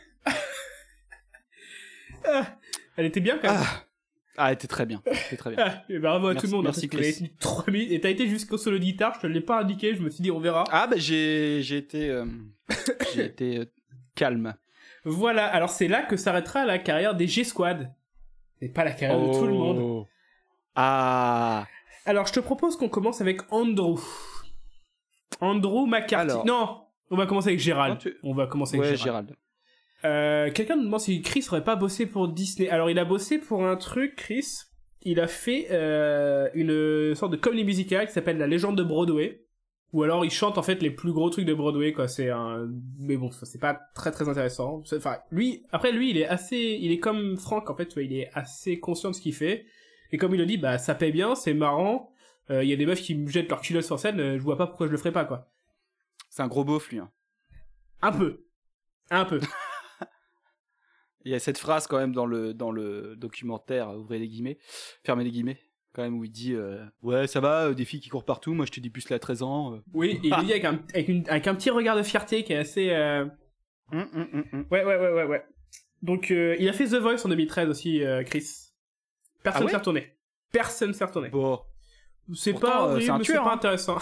Ah, elle était bien quand même. Ah, ah elle était très bien. C'était très bien. Ah, et bravo à Merci- tout le monde. merci, parce que Chris. t'avais tenu trois minutes et t'as été jusqu'au solo de guitare. Je te l'ai pas indiqué. Je me suis dit on verra. Ah, bah j'ai j'ai été, euh, j'ai été euh, calme. Voilà. Alors c'est là que s'arrêtera la carrière des G-Squad. C'est pas la carrière de tout le monde. Oh. Ah. Alors je te propose qu'on commence avec Andrew. Andrew McCarthy. Alors. Non, on va commencer avec Gérald. Non, tu- On va commencer avec Ouais, Gérald. Gérald. Euh, quelqu'un me demande si Chris aurait pas bossé pour Disney. Alors il a bossé pour un truc, Chris. Il a fait euh, une sorte de comédie musicale qui s'appelle La Légende de Broadway. Ou alors il chante en fait les plus gros trucs de Broadway, quoi. C'est un, mais bon, ça, c'est pas très très intéressant. C'est- Enfin, lui, après lui, il est assez, il est comme Franck en fait, tu vois, il est assez conscient de ce qu'il fait. Et comme il le dit, bah ça paie bien, c'est marrant. Il euh, y a des meufs qui me jettent leur culotte sur scène, euh, je vois pas pourquoi je le ferais pas, quoi. C'est un gros beauf, lui. Hein. Un peu, un peu. Il y a cette phrase quand même dans le dans le documentaire, ouvrez les guillemets, fermez les guillemets, quand même, où il dit euh, ouais ça va, euh, des filles qui courent partout, moi je t'ai dit plus là à treize ans. euh. Oui, et il le dit avec un, avec, une, avec un petit regard de fierté qui est assez... Euh... Hum, hum, hum, hum. Ouais, ouais, ouais, ouais, ouais. Donc, euh, il a fait The Voice en deux mille treize aussi, euh, Chris. Personne Ah ouais s'est retourné. Personne s'est retourné. Bon, C'est Pourtant, pas euh, horrible, c'est un mais c'est tueur, pas hein. intéressant.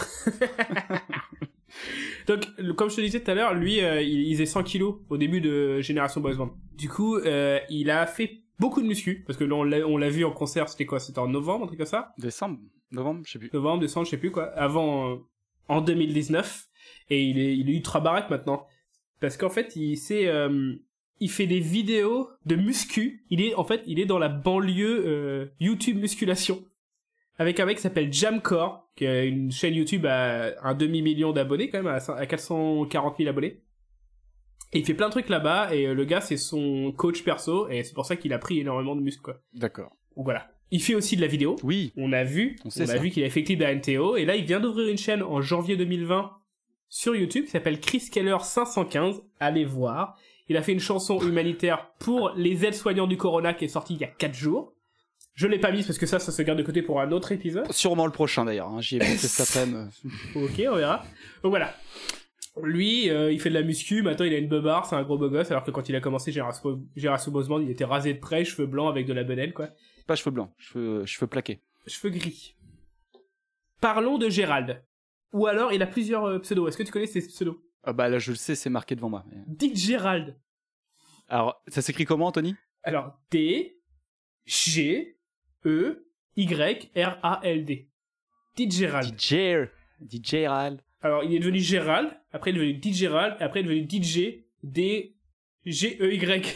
Donc, le- comme je te disais tout à l'heure, lui, euh, il, il faisait cent kilos au début de Génération Boys Band. Du coup, euh, il a fait beaucoup de muscu, parce que là, on l'a, on l'a vu en concert, c'était quoi? C'était en novembre, un truc comme ça? décembre, novembre, je sais plus. Novembre, décembre, je sais plus quoi. Avant, euh, en deux mille dix-neuf. Et il est, il est ultra baraque maintenant. Parce qu'en fait, il s'est, euh, il fait des vidéos de muscu. Il est, en fait, il est dans la banlieue, euh, YouTube musculation. Avec un mec qui s'appelle Jamcore, qui a une chaîne YouTube à un demi-million d'abonnés, quand même, à cin- à quatre cent quarante mille abonnés. Et il fait plein de trucs là-bas, et euh, le gars, c'est son coach perso, et c'est pour ça qu'il a pris énormément de muscles, quoi. D'accord. Donc voilà. Il fait aussi de la vidéo. Oui. On a vu, On on, sait a ça. vu qu'il a fait clip d'A N T O, et là, il vient d'ouvrir une chaîne en janvier deux mille vingt sur YouTube, qui s'appelle Chris Keller cinq cent quinze. Allez voir. Il a fait une chanson humanitaire pour les aides-soignants du Corona, qui est sortie il y a quatre jours. Je l'ai pas mise parce que ça, ça se garde de côté pour un autre épisode. Sûrement le prochain d'ailleurs, hein. J'y ai pensé cet après-midi. Ok, on verra. Donc voilà. Lui, euh, il fait de la muscu, maintenant il a une beubare, c'est un gros beau gosse, alors que quand il a commencé Génération Boys Band, il était rasé de près, cheveux blancs avec de la bedaine, quoi. Pas cheveux blancs, cheveux, cheveux plaqués. Cheveux gris. Parlons de Gérald. Ou alors, il a plusieurs euh, pseudos. Est-ce que tu connais ces pseudos? Ah bah là je le sais, c'est marqué devant moi. mais- Dick Gérald. Alors, ça s'écrit comment, Anthony? Alors, D, G, E, Y, R, A, L, D. Dick Gérald. D J. D J Ral. Alors, il est devenu Gérald, après il est devenu Dick Gérald, et après il est devenu D J, D, G, E, Y.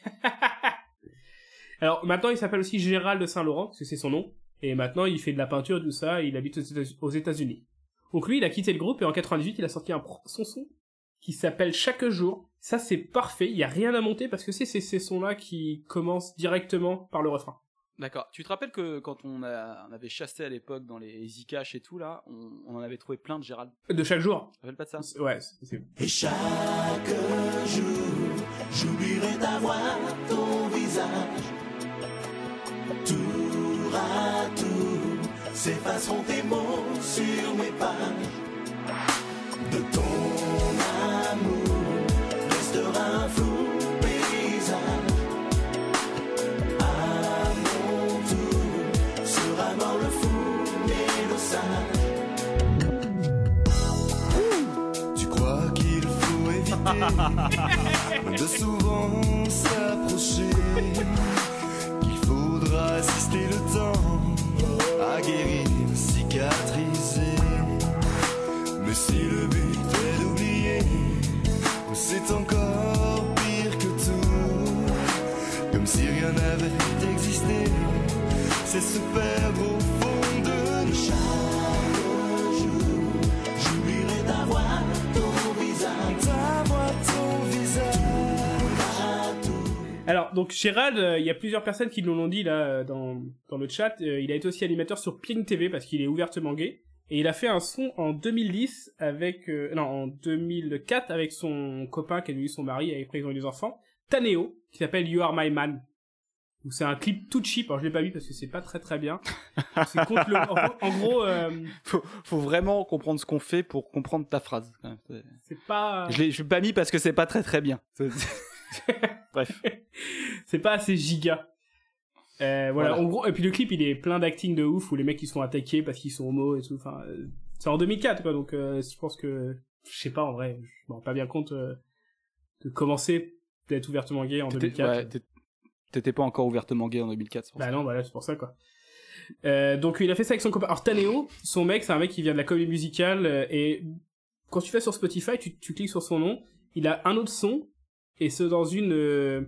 Alors, maintenant il s'appelle aussi Gérald de Saint-Laurent, parce que c'est son nom, et maintenant il fait de la peinture et tout ça, et il habite aux États- aux États-Unis. Donc lui, il a quitté le groupe, et en quatre-vingt-dix-huit, il a sorti un pro- son son, qui s'appelle Chaque jour. Ça, c'est parfait, il y a rien à monter, parce que c'est ces ces sons-là qui commencent directement par le refrain. D'accord. Tu te rappelles que quand on, a, on avait chassé à l'époque dans les Easy Cash et tout là, on, on en avait trouvé plein de Gérald. De chaque jour. Tu te rappelles pas de ça? Ouais, c'est... c'est- Et chaque jour, j'oublierai d'avoir ton visage. Tour à tour, s'effaceront tes mots sur mes pages. De ton amour, restera un flou paysage. À mon tour, sera mort le fou et le sage. Tu crois qu'il faut éviter de souvent s'approcher, qu'il faudra assister le temps à guérir, cicatriser. Mais si le but est d'oublier, c'est encore pire que tout, comme si rien n'avait existé. C'est se perdre au fond de nous. Chaque jour, j'oublierai d'avoir ton visage. D'avoir ton visage. Alors, donc Gérald, euh, il y a plusieurs personnes qui nous l'ont dit là euh, dans, dans le chat. Euh, il a été aussi animateur sur Pling T V parce qu'il est ouvertement gay. Et il a fait un son en deux mille dix avec... Euh, non, en deux mille quatre avec son copain qui est devenu son mari, avec ils ont eu des enfants, Taneo, qui s'appelle You Are My Man. Donc c'est un clip tout cheap, alors je l'ai pas vu parce que c'est pas très très bien. C'est contre le... En, gros- en gros... euh, Faut, faut vraiment comprendre ce qu'on fait pour comprendre ta phrase. quand même. C'est- c'est pas... Je l'ai je l'ai pas mis parce que c'est pas très très bien. C'est- Bref. c'est pas assez giga. Euh, voilà, Voilà. en gros, et puis le clip il est plein d'acting de ouf où les mecs ils sont attaqués parce qu'ils sont homo et tout. Enfin, euh, c'est en deux mille quatre quoi, donc euh, je pense que je sais pas en vrai, je me rends pas bien compte euh, de commencer d'être ouvertement gay en deux mille T'étais quatre. ouais, t'é- t'étais pas encore ouvertement gay en deux mille quatre. c'est pour Bah ça. non, voilà, c'est pour ça quoi. Euh, donc il a fait ça avec son copain. Alors Taneo, son mec, c'est un mec qui vient de la comédie musicale euh, et quand tu fais sur Spotify, tu, tu cliques sur son nom, il a un autre son et c'est dans une euh,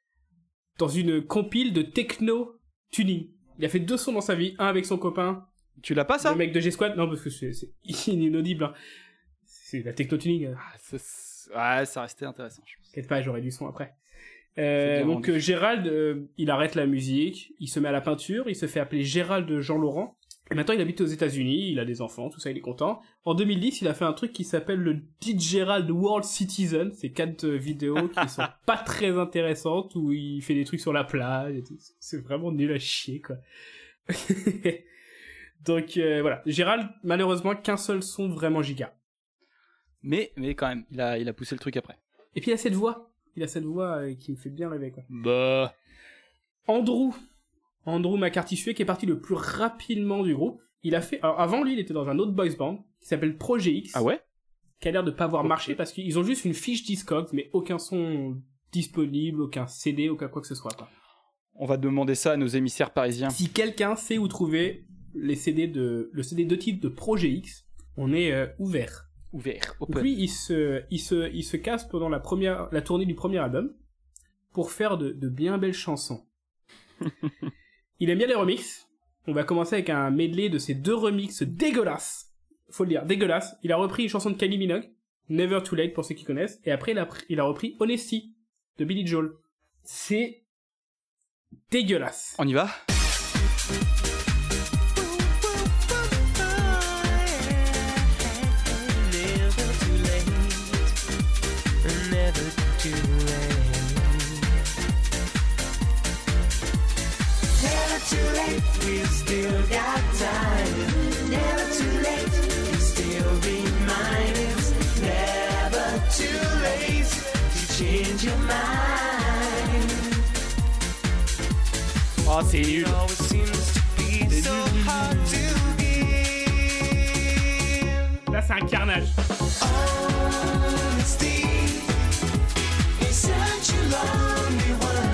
dans une compile de techno tuning. Il a fait deux sons dans sa vie, un avec son copain Tu l'as pas ça? Le mec de G-Squad, non, parce que c'est, c'est inaudible. Hein. C'est la technotuning. Ah, ça, ouais, ça restait intéressant, je pense. T'inquiète pas, j'aurai du son après. Euh, donc euh, Gérald, euh, il arrête la musique, il se met à la peinture, il se fait appeler Gérald Jean Laurent. Et maintenant, il habite aux États-Unis, il a des enfants, tout ça, il est content. En deux mille dix, il a fait un truc qui s'appelle le Didgerald World Citizen. C'est quatre euh, vidéos qui sont pas très intéressantes, où il fait des trucs sur la plage et tout. C'est vraiment nul à chier, quoi. Donc euh, voilà, Gérald, malheureusement, qu'un seul son vraiment giga. Mais, mais quand même, il a, il a poussé le truc après. Et puis il a cette voix, il a cette voix euh, qui me fait bien rêver, quoi. Bah. Andrew, Andrew McCarthy qui est parti le plus rapidement du groupe. Il a fait, alors avant lui, il était dans un autre boys band qui s'appelle Projet X. Ah ouais? Qui a l'air de pas avoir marché parce qu'ils ont juste une fiche Discogs, mais aucun son disponible, aucun C D, aucun quoi que ce soit, quoi. On va demander ça à nos émissaires parisiens. Si quelqu'un sait où trouver les C D de, le C D de titre de Projet X, on est euh, ouvert. Ouvert. Donc lui, il se, il se, il se casse pendant la première, la tournée du premier album pour faire de, de bien belles chansons. Il aime bien les remixes. On va commencer avec un medley de ces deux remixes dégueulasses. Faut le dire, dégueulasses. Il a repris une chanson de Kylie Minogue, Never Too Late pour ceux qui connaissent, et après il a, il a repris Honesty de Billy Joel. C'est dégueulasse. On y va? We've still got time. Never too late. You still be mine. It's never too late to change your mind. Oh, c'est nul. It always seems to be so hard to give. Là, c'est un carnage. Honesty is such a lonely word.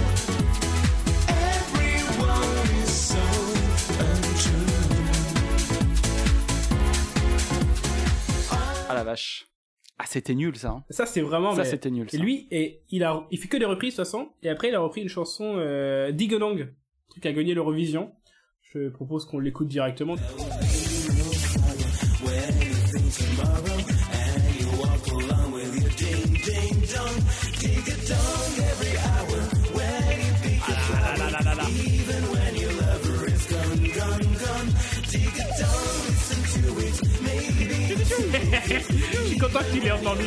Ah la vache. Ah c'était nul ça. Hein. Ça c'est vraiment. Ça mais... c'était nul. Ça. Et lui, et il a, il fait que des reprises de toute façon. Et après il a repris une chanson euh, Digonong, truc qui a gagné l'Eurovision. Je propose qu'on l'écoute directement. Ah là là là là là. Je suis content qu'il ait entendu.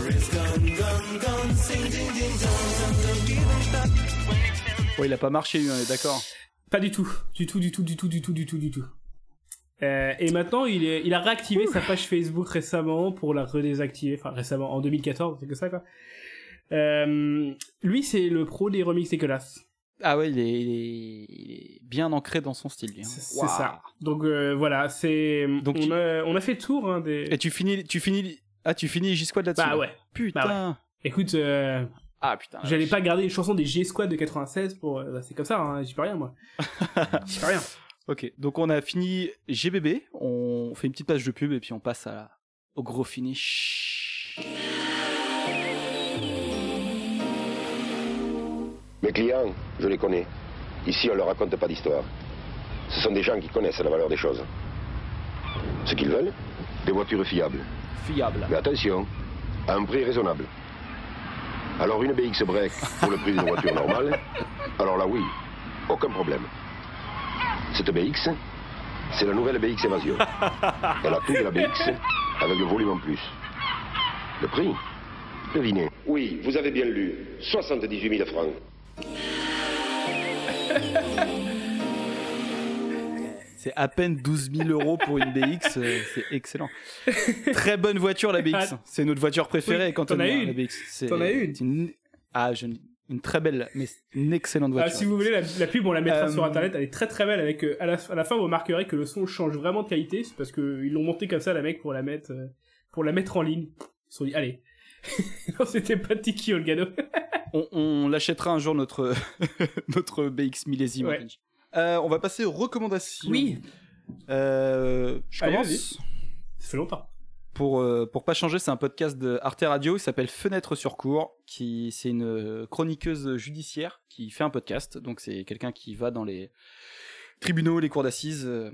Ouais, il a pas marché lui, on est d'accord. Pas du tout, du tout, du tout, du tout, du tout, du tout, du tout. Euh, et maintenant, il, est, il a réactivé Ouh. sa page Facebook récemment pour la redésactiver. Enfin, récemment, en deux mille quatorze, c'est que ça, quoi. Euh, lui, c'est le pro des remixes dégueulasses. Ah ouais, il est, il est, il est bien ancré dans son style. Hein. C'est wow. ça. Donc euh, voilà, c'est. Donc, on, a, on a fait le tour hein, des. Et tu finis, tu finis. Ah, tu finis G-Squad là-dessus. Bah ouais. Putain. Bah ouais. Écoute. Euh... Ah putain. J'allais pas garder une chanson des G-Squad de quatre-vingt-seize pour. Bah, c'est comme ça, hein, j'y peux rien moi. J'y peux rien. Ok, donc on a fini G B B. On fait une petite page de pub et puis on passe à... au gros finish. Mes clients, je les connais. Ici, on leur raconte pas d'histoire. Ce sont des gens qui connaissent la valeur des choses. Ce qu'ils veulent, des voitures fiables. Fiables. Mais attention, à un prix raisonnable. Alors une B X Break pour le prix d'une voiture normale, alors là oui, aucun problème. Cette B X, c'est la nouvelle B X Évasion. Elle a tout de la B X, avec le volume en plus. Le prix, devinez. Oui, vous avez bien lu, soixante-dix-huit mille francs. C'est à peine douze mille euros pour une B X, euh, c'est excellent. Très bonne voiture la B X, c'est notre voiture préférée oui, quand on a une. La B X. C'est, t'en as une, une... Ah, je... une très belle, mais une excellente voiture. Ah, si vous voulez la, la pub, on la mettra euh... sur internet, elle est très très belle avec, euh, à, la, à la fin vous remarquerez que le son change vraiment de qualité, c'est parce qu'ils l'ont monté comme ça la mec pour la mettre, euh, pour la mettre en ligne. Ils se sont dit, allez. Non, c'était pas Tiki Olgado. on, on l'achètera un jour notre, notre B X millésime. Ouais. Euh, on va passer aux recommandations. Oui. Euh, je Allez, commence. Vas-y. Ça fait longtemps. Pour euh, pour pas changer, c'est un podcast de Arte Radio. Il s'appelle Fenêtre sur cour. Qui c'est une chroniqueuse judiciaire qui fait un podcast. Donc c'est quelqu'un qui va dans les tribunaux, les cours d'assises, euh,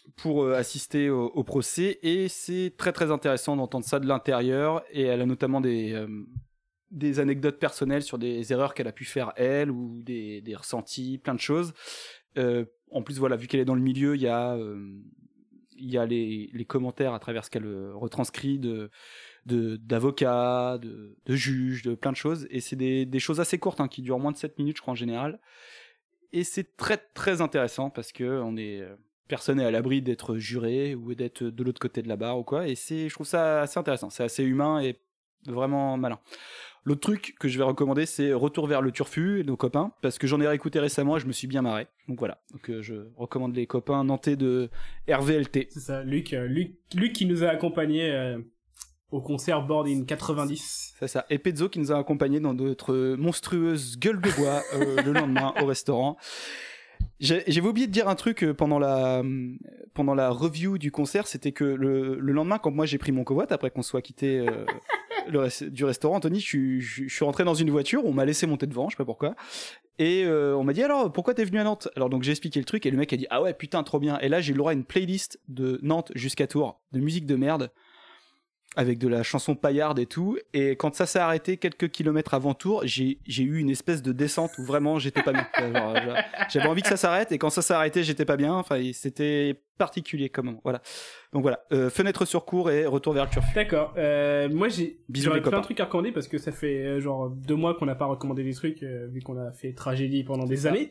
pour euh, assister au, au procès, et c'est très très intéressant d'entendre ça de l'intérieur, et elle a notamment des, euh, des anecdotes personnelles sur des erreurs qu'elle a pu faire elle, ou des, des ressentis, plein de choses. Euh, en plus, voilà, vu qu'elle est dans le milieu, il y a, euh, il y a les, les commentaires à travers ce qu'elle euh, retranscrit de, de, d'avocats, de, de juges, de plein de choses, et c'est des, des choses assez courtes, hein, qui durent moins de sept minutes, je crois, en général. Et c'est très très intéressant, parce que on est... Euh, personne n'est à l'abri d'être juré ou d'être de l'autre côté de la barre ou quoi, et c'est, je trouve ça assez intéressant, c'est assez humain et vraiment malin. L'autre truc que je vais recommander, c'est Retour vers le Turfu et nos copains, parce que j'en ai réécouté récemment et je me suis bien marré, donc voilà, donc euh, je recommande les copains nantais de R V L T. C'est ça, Luc, euh, Luc, Luc qui nous a accompagnés euh, au concert Board in quatre-vingt-dix. C'est ça, et Pezzo qui nous a accompagnés dans notre monstrueuse gueule de bois euh, le lendemain au restaurant. J'ai, j'avais oublié de dire un truc pendant la, pendant la review du concert, c'était que le, le lendemain, quand moi j'ai pris mon covoit, après qu'on soit quitté euh, le, du restaurant, Anthony, je suis, je, je suis rentré dans une voiture, on m'a laissé monter devant, je sais pas pourquoi, et euh, on m'a dit alors pourquoi t'es venu à Nantes? Alors donc j'ai expliqué le truc, et le mec a dit ah ouais putain trop bien, et là j'ai eu le droit à une playlist de Nantes jusqu'à Tours, de musique de merde, avec de la chanson paillarde et tout, et quand ça s'est arrêté quelques kilomètres avant Tours, j'ai, j'ai eu une espèce de descente où vraiment j'étais pas bien. Genre, j'avais envie que ça s'arrête, et quand ça s'est arrêté, j'étais pas bien, enfin c'était particulier comme moment, voilà. Donc voilà, euh, fenêtre sur cours et Retour vers le Turfu. D'accord, euh, moi j'ai Bisous j'aurais les plein copains. de trucs à recommander, parce que ça fait euh, genre deux mois qu'on n'a pas recommandé des trucs, euh, vu qu'on a fait tragédie pendant des années.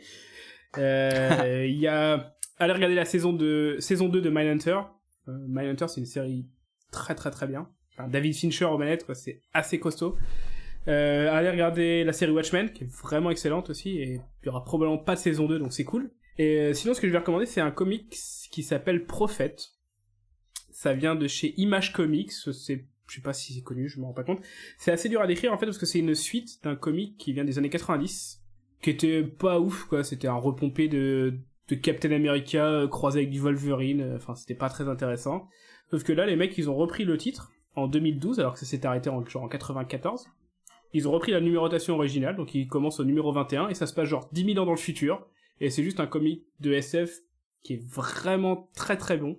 Euh, Il y a... Allez regarder la saison, de... saison deux de Mindhunter. Euh, Mindhunter, c'est une série très très très bien. Enfin, David Fincher aux manettes, quoi, c'est assez costaud. Euh, allez regarder la série Watchmen, qui est vraiment excellente aussi, et il y aura probablement pas de saison deux, donc c'est cool. Et euh, sinon, ce que je vais recommander, c'est un comics qui s'appelle Prophète. Ça vient de chez Image Comics, c'est, je sais pas si c'est connu, je me rends pas compte. C'est assez dur à décrire, en fait, parce que c'est une suite d'un comic qui vient des années quatre-vingt-dix, qui était pas ouf, quoi, c'était un repompé de, de Captain America euh, croisé avec du Wolverine, enfin, c'était pas très intéressant. Sauf que là, les mecs, ils ont repris le titre en deux mille douze, alors que ça s'était arrêté en, genre en quatre-vingt-quatorze. Ils ont repris la numérotation originale, donc ils commencent au numéro vingt et un, et ça se passe genre dix mille ans dans le futur, et c'est juste un comic de S F qui est vraiment très très bon.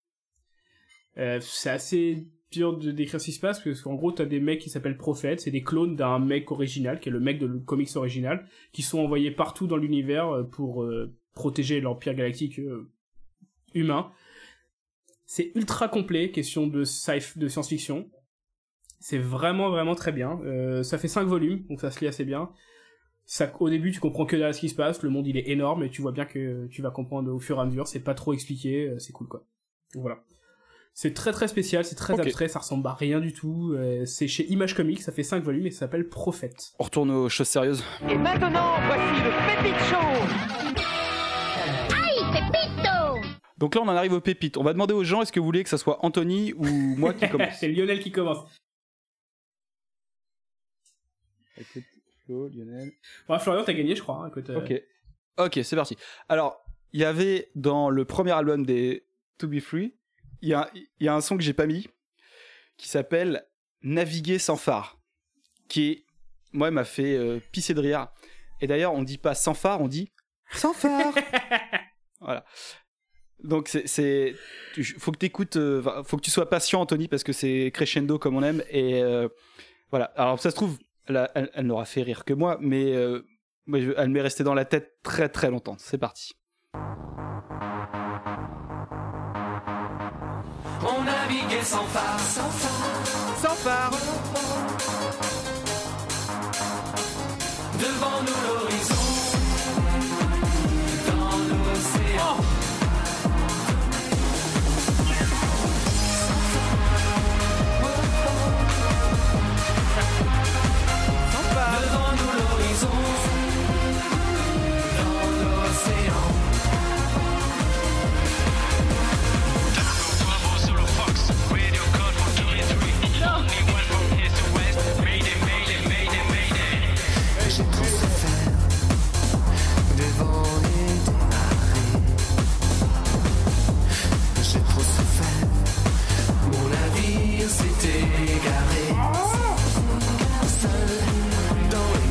Euh, c'est assez dur de décrire ce qui se passe, parce qu'en gros, t'as des mecs qui s'appellent Prophètes, c'est des clones d'un mec original, qui est le mec de le comics original, qui sont envoyés partout dans l'univers pour euh, protéger l'Empire Galactique euh, humain. C'est ultra complet, question de, sci- de science-fiction. C'est vraiment, vraiment très bien. Euh, ça fait cinq volumes, donc ça se lit assez bien. Ça, au début, tu comprends que dalle ce qui se passe, le monde il est énorme, et tu vois bien que tu vas comprendre au fur et à mesure, c'est pas trop expliqué, c'est cool quoi. Donc voilà. C'est très très spécial, c'est très okay. abstrait, ça ressemble à rien du tout. Euh, c'est chez Image Comics, ça fait cinq volumes et ça s'appelle Prophète. On retourne aux choses sérieuses. Et maintenant, voici le Pépite Show. Aïe, Pépito! Donc là, on en arrive aux pépites. On va demander aux gens, est-ce que vous voulez que ça soit Anthony ou moi qui commence? C'est Lionel qui commence. Écoute, Flo, Lionel. Ouais, Florian, t'as gagné, je crois. Hein, écoute, euh... Ok. Ok, c'est parti. Alors, il y avait dans le premier album des To Be Free, il y a, y a un son que j'ai pas mis, qui s'appelle Naviguer sans phare, qui est, moi, m'a fait euh, pisser de rire. Et d'ailleurs, on dit pas sans phare, on dit sans phare. Voilà. Donc c'est, c'est, faut que t'écoutes, euh, faut que tu sois patient, Anthony, parce que c'est crescendo comme on aime. Et euh, voilà. Alors ça se trouve, elle, elle, elle n'aura fait rire que moi, mais euh, elle m'est restée dans la tête très très longtemps. C'est parti. On naviguait sans phare, sans phare, sans phare. Devant nous l'horizon, dans l'océan. Oh. Devant nous l'horizon, dans l'océan. Bravo, Solo Fox, radio code for two and three. Only one from east to west. Mayday, mayday, mayday, mayday. J'ai trop souffert devant les démarrer. J'ai trop souffert, mon navire s'était égaré. Seul dans les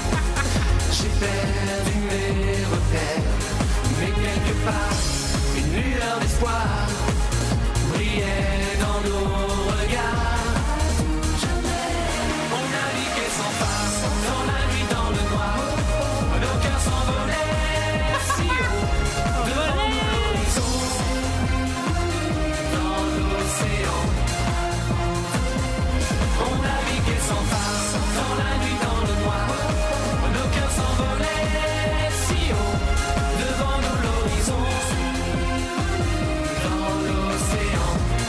mers, j'ai perdu mes repères. Mais quelque part, une Une lueur d'espoir brillait dans nos regards. On naviguait sans phare, dans la nuit, dans le noir. Nos cœurs s'envolaient si haut, devant nous l'horizon, dans l'océan. On naviguait sans phare, dans la nuit, dans le noir. Nos cœurs s'envolaient si haut, devant nous l'horizon, dans l'océan.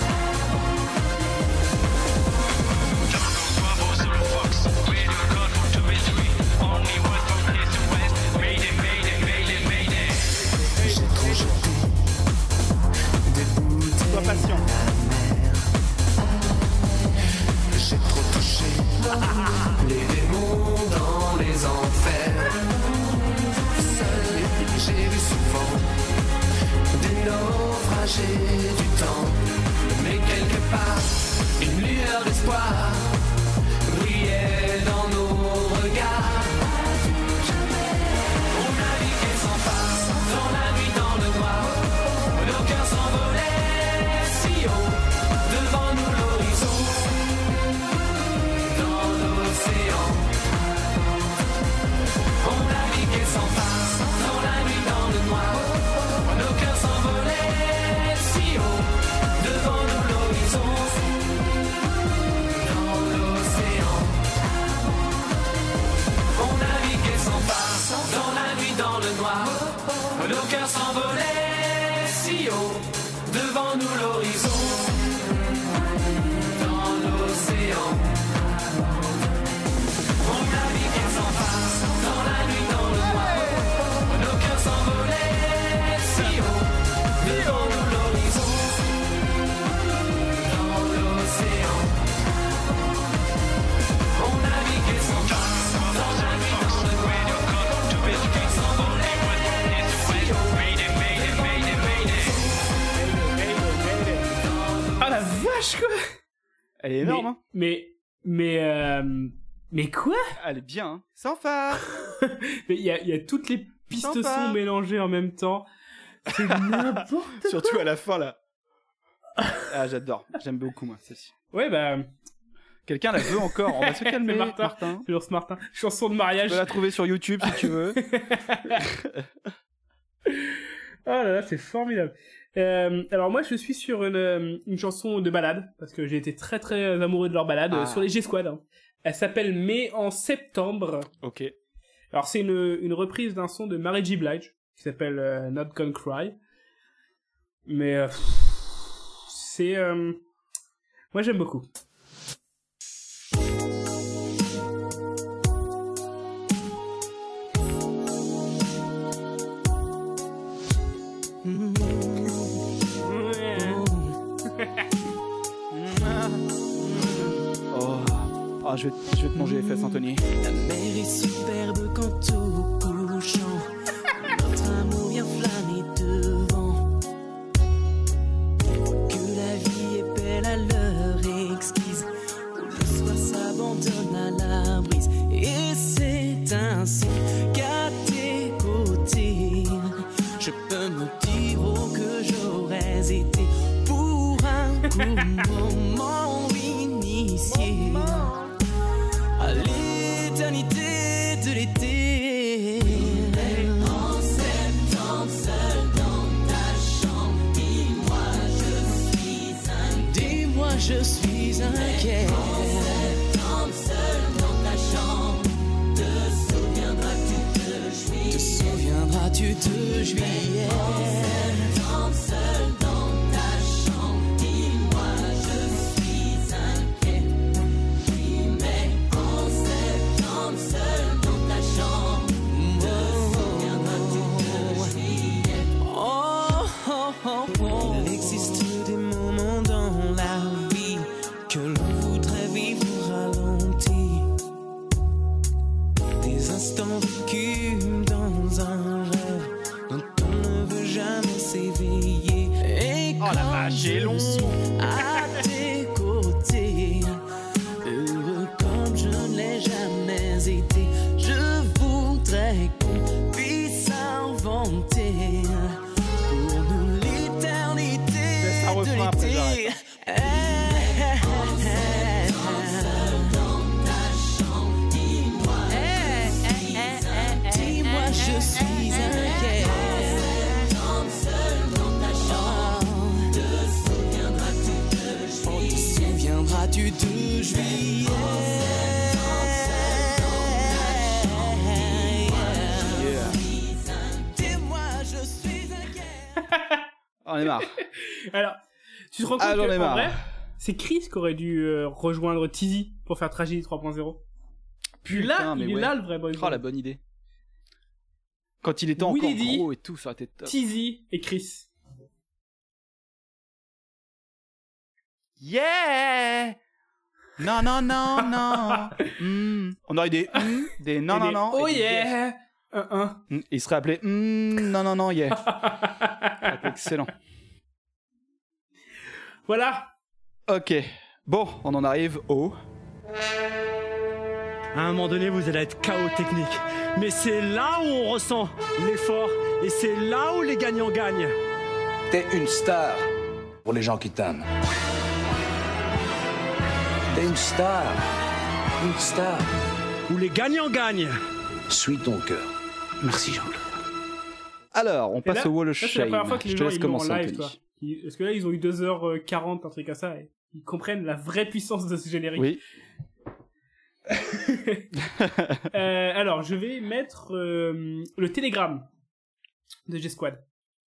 J'ai trop jeté des bouteilles. Sois patient. J'ai trop touché Les démons dans les enfers. Seul, j'ai vu souvent des naufragés du temps. Mais quelque part, une lueur d'espoir brillait dans nos regards. On naviguait sans phare, dans la nuit, dans le noir. Nos cœurs s'envolaient si haut, devant nous l'horizon, dans l'océan. On naviguait sans phare, dans la nuit, dans le noir. Nos cœurs s'envolaient si haut, devant nous l'horizon, dans l'océan. On naviguait sans phare, dans la nuit, dans le noir. Nos cœurs s'envolaient si haut, devant nous l'horizon, dans l'océan. On naviguait sans phare, dans la nuit, dans le noir. Nos cœurs s'envolaient si haut, devant nous l'horizon, dans l'océan. On naviguait sans phare, dans la nuit, dans le noir. Nos cœurs s'envolaient si haut, Ah la vache quoi. Elle est énorme, hein. Mais mais euh, mais quoi? Elle est bien, hein. Sans phare. Mais il y a, il y a toutes les pistes Sympa. son mélangées en même temps. C'est n'importe quoi. Surtout à la fin, là. Ah, j'adore. J'aime beaucoup, moi, celle-ci. Ouais, bah. Quelqu'un la veut encore. On va se calmer, C'est Martin. Martin. C'est l'ours Martin. Chanson de mariage. Tu peux la trouver sur YouTube si tu veux. Oh là là, c'est formidable. Euh, alors moi, je suis sur une, euh, une chanson de balade, parce que j'ai été très très amoureux de leur balade, Ah. euh, sur les G-Squad. Hein. Elle s'appelle Mai en septembre. Ok. Alors c'est une, une reprise d'un son de Mary J. Blige, qui s'appelle euh, Not Gonna Cry. Mais euh, pff, c'est... Euh... Moi j'aime beaucoup. Oh, oh je, vais, je vais te manger les fesses, Anthony. La mer est superbe quand tout couchant. Notre amour vient flâner devant. Que la vie est belle à l'heure exquise, où le soir s'abandonne à la brise. Et c'est ainsi qu'à tes côtés, je peux me dire oh, que j'aurais été pour un court moment initié à l'éternité de l'été. En septembre, seul dans ta chambre, dis-moi je suis inquiet. Dis-moi je suis inquiet. En septembre, seul dans ta chambre, te souviendras-tu de juillet? Te souviendras-tu de juillet? En septembre, seul dans ta chambre, dis-moi je suis inquiet. Oui, mais en septembre, seul dans ta chambre, te souviendras-tu de juillet? Oh, oh, oh, oh. Il existe des moments dans la vie que l'on voudrait vivre ralenti. Des instants vécus dans un rêve dont on ne veut jamais s'éveiller. Et oh la vache, elle est long. À tes côtés, heureux comme je ne l'ai jamais été, je voudrais qu'on puisse inventer pour nous l'éternité J'en ai marre. Alors, tu te rends compte Ah, j'en ai que, en marre. vrai, c'est Chris qui aurait dû euh, rejoindre Tizi pour faire Tragédie trois point zéro. Puis là, Putain, mais il est ouais. là le vrai boy Oh, band. la bonne idée. Quand il était Willy encore D, gros et tout, ça aurait été top. Tizi et Chris. Yeah! Non, non, non, non. Mm. On aurait des mm, des non, Et non, des non. oh et des yeah! yes. Un, un. Mm. Il serait appelé mm, non, non, non, yeah. Ça serait excellent. Voilà. Ok. Bon, on en arrive au... À un moment donné, vous allez être K O technique. Mais c'est là où on ressent l'effort et c'est là où les gagnants gagnent. T'es une star pour les gens qui t'aiment. T'es une star. Une star. Où les gagnants gagnent. Suis ton cœur. Merci Jean-Claude. Alors, on Et passe là, au Wall of là, c'est la Shame. première fois que Je les te gens laisse ils l'ont en commencer, live, Anthony. toi. Ils- Parce que là, ils ont eu deux heures quarante, un truc à ça, et ils comprennent la vraie puissance de ce générique. Oui. Euh, alors, je vais mettre euh, le télégramme de G-Squad.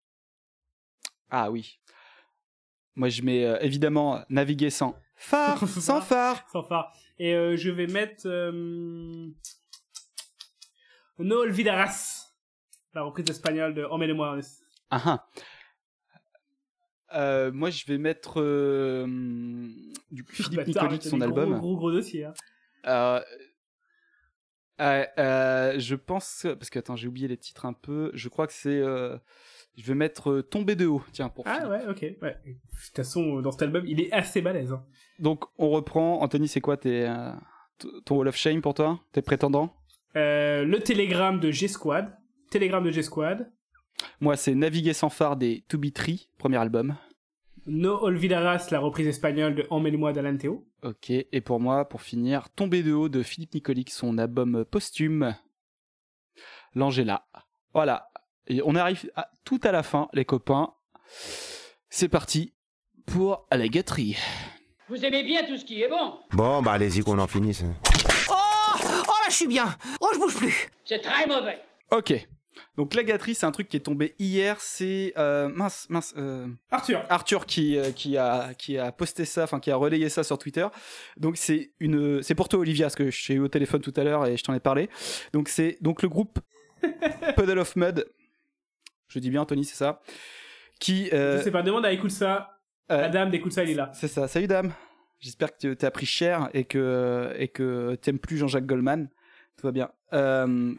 Ah oui. Moi, je mets euh, évidemment naviguer sans phare, sans phare. Sans phare. Et euh, je vais mettre euh, No Olvidarás, la reprise espagnole de Emmène-moi. Ah ah. Euh, moi, je vais mettre euh, du Philippe Bâtard, Nicolic, t'as son des album. Gros, gros, gros dossier. Hein. Euh, euh, euh, je pense parce que attends, j'ai oublié les titres un peu. Je crois que c'est. Euh, je vais mettre euh, Tomber de haut. Tiens pour. Ah Philippe. ouais, ok. Ouais. De toute façon, dans cet album, il est assez balèze. Hein. Donc on reprend. Anthony, c'est quoi tes, euh, t- ton Wall of Shame pour toi? Tes prétendants? Euh, le télégramme de G-Squad. Télégramme de G-Squad. Moi, c'est Naviguer sans phare des To Be Tree, premier album. No Olvidarás, la reprise espagnole de Emmène-moi d'Alan Théo. Ok, et pour moi, pour finir, Tomber de haut de Philippe Nicolic, son album posthume, L'Angela. Voilà, et on arrive à, tout à la fin, les copains. C'est parti pour la gâterie. Vous aimez bien tout ce qui est bon. Bon, bah allez-y qu'on en finisse. Oh Oh là, je suis bien. Oh, je bouge plus. C'est très mauvais. Ok. Donc la gâterie, c'est un truc qui est tombé hier, c'est euh, mince, mince, euh, Arthur. Arthur qui euh, qui a qui a posté ça, enfin qui a relayé ça sur Twitter. Donc c'est une, c'est pour toi Olivia, parce que je t'ai eu au téléphone tout à l'heure et je t'en ai parlé. Donc c'est donc le groupe Puddle of Mud. Je dis bien Anthony, c'est ça. Qui euh, Je sais pas, demande à écoute ça. euh, Adam d'écoute ça, il est là. C'est ça. Salut Dame. J'espère que tu t'as pris cher et que et que t'aimes plus Jean-Jacques Goldman. Tout va bien. Euh,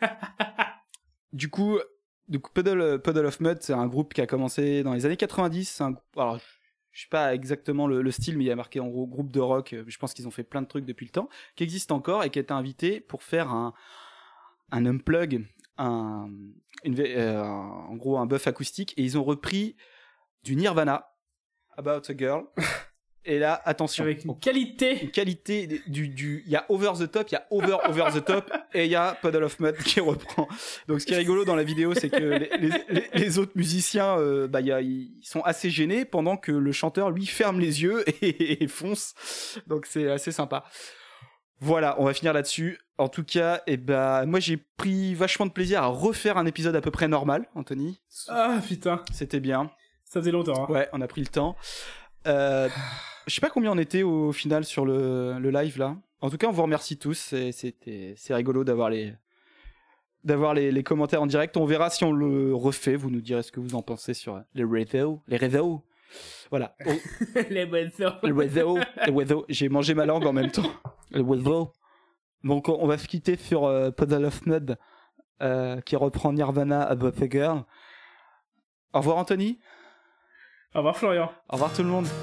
Du coup, du coup Puddle, Puddle of Mud, c'est un groupe qui a commencé dans les années quatre-vingt-dix. C'est un, alors, je sais pas exactement le, le style, mais il y a marqué en gros groupe de rock. Je pense qu'ils ont fait plein de trucs depuis le temps, qui existe encore et qui a été invité pour faire un, un unplug, un, une, euh, en gros un buff acoustique. Et ils ont repris du Nirvana, About a Girl. Et là, attention. Avec une qualité. Une qualité du, du, il y a over the top, il y a over, over the top, et il y a Puddle of Mud qui reprend. Donc, ce qui est rigolo dans la vidéo, c'est que les, les, les autres musiciens, euh, bah, y a, ils sont assez gênés pendant que le chanteur, lui, ferme les yeux et, et fonce. Donc, c'est assez sympa. Voilà, on va finir là-dessus. En tout cas, eh ben, moi, j'ai pris vachement de plaisir à refaire un épisode à peu près normal, Anthony. Ah, putain. C'était bien. Ça faisait longtemps. Hein. Ouais, on a pris le temps. Euh, je sais pas combien on était au final sur le, le live là. En tout cas, on vous remercie tous. C'est, c'était, c'est rigolo d'avoir les, d'avoir les, les commentaires en direct. On verra si on le refait. Vous nous direz ce que vous en pensez sur les réseaux. Les réseaux. Voilà. Oh. les réseaux. Les réseaux. Les réseaux. J'ai mangé ma langue en même temps. Les réseaux. Donc, on va se quitter sur euh, Puddle of Mud euh, qui reprend Nirvana About a Girl. Au revoir, Anthony. Au revoir, Florian. Au revoir, tout le monde.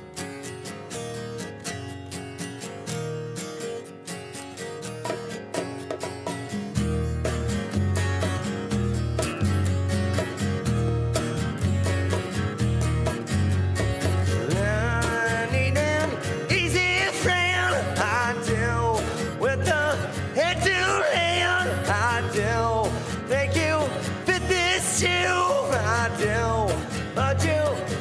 I need an easy friend, I do, with a head to hand, I do. Think you fit this shoe, I do, but you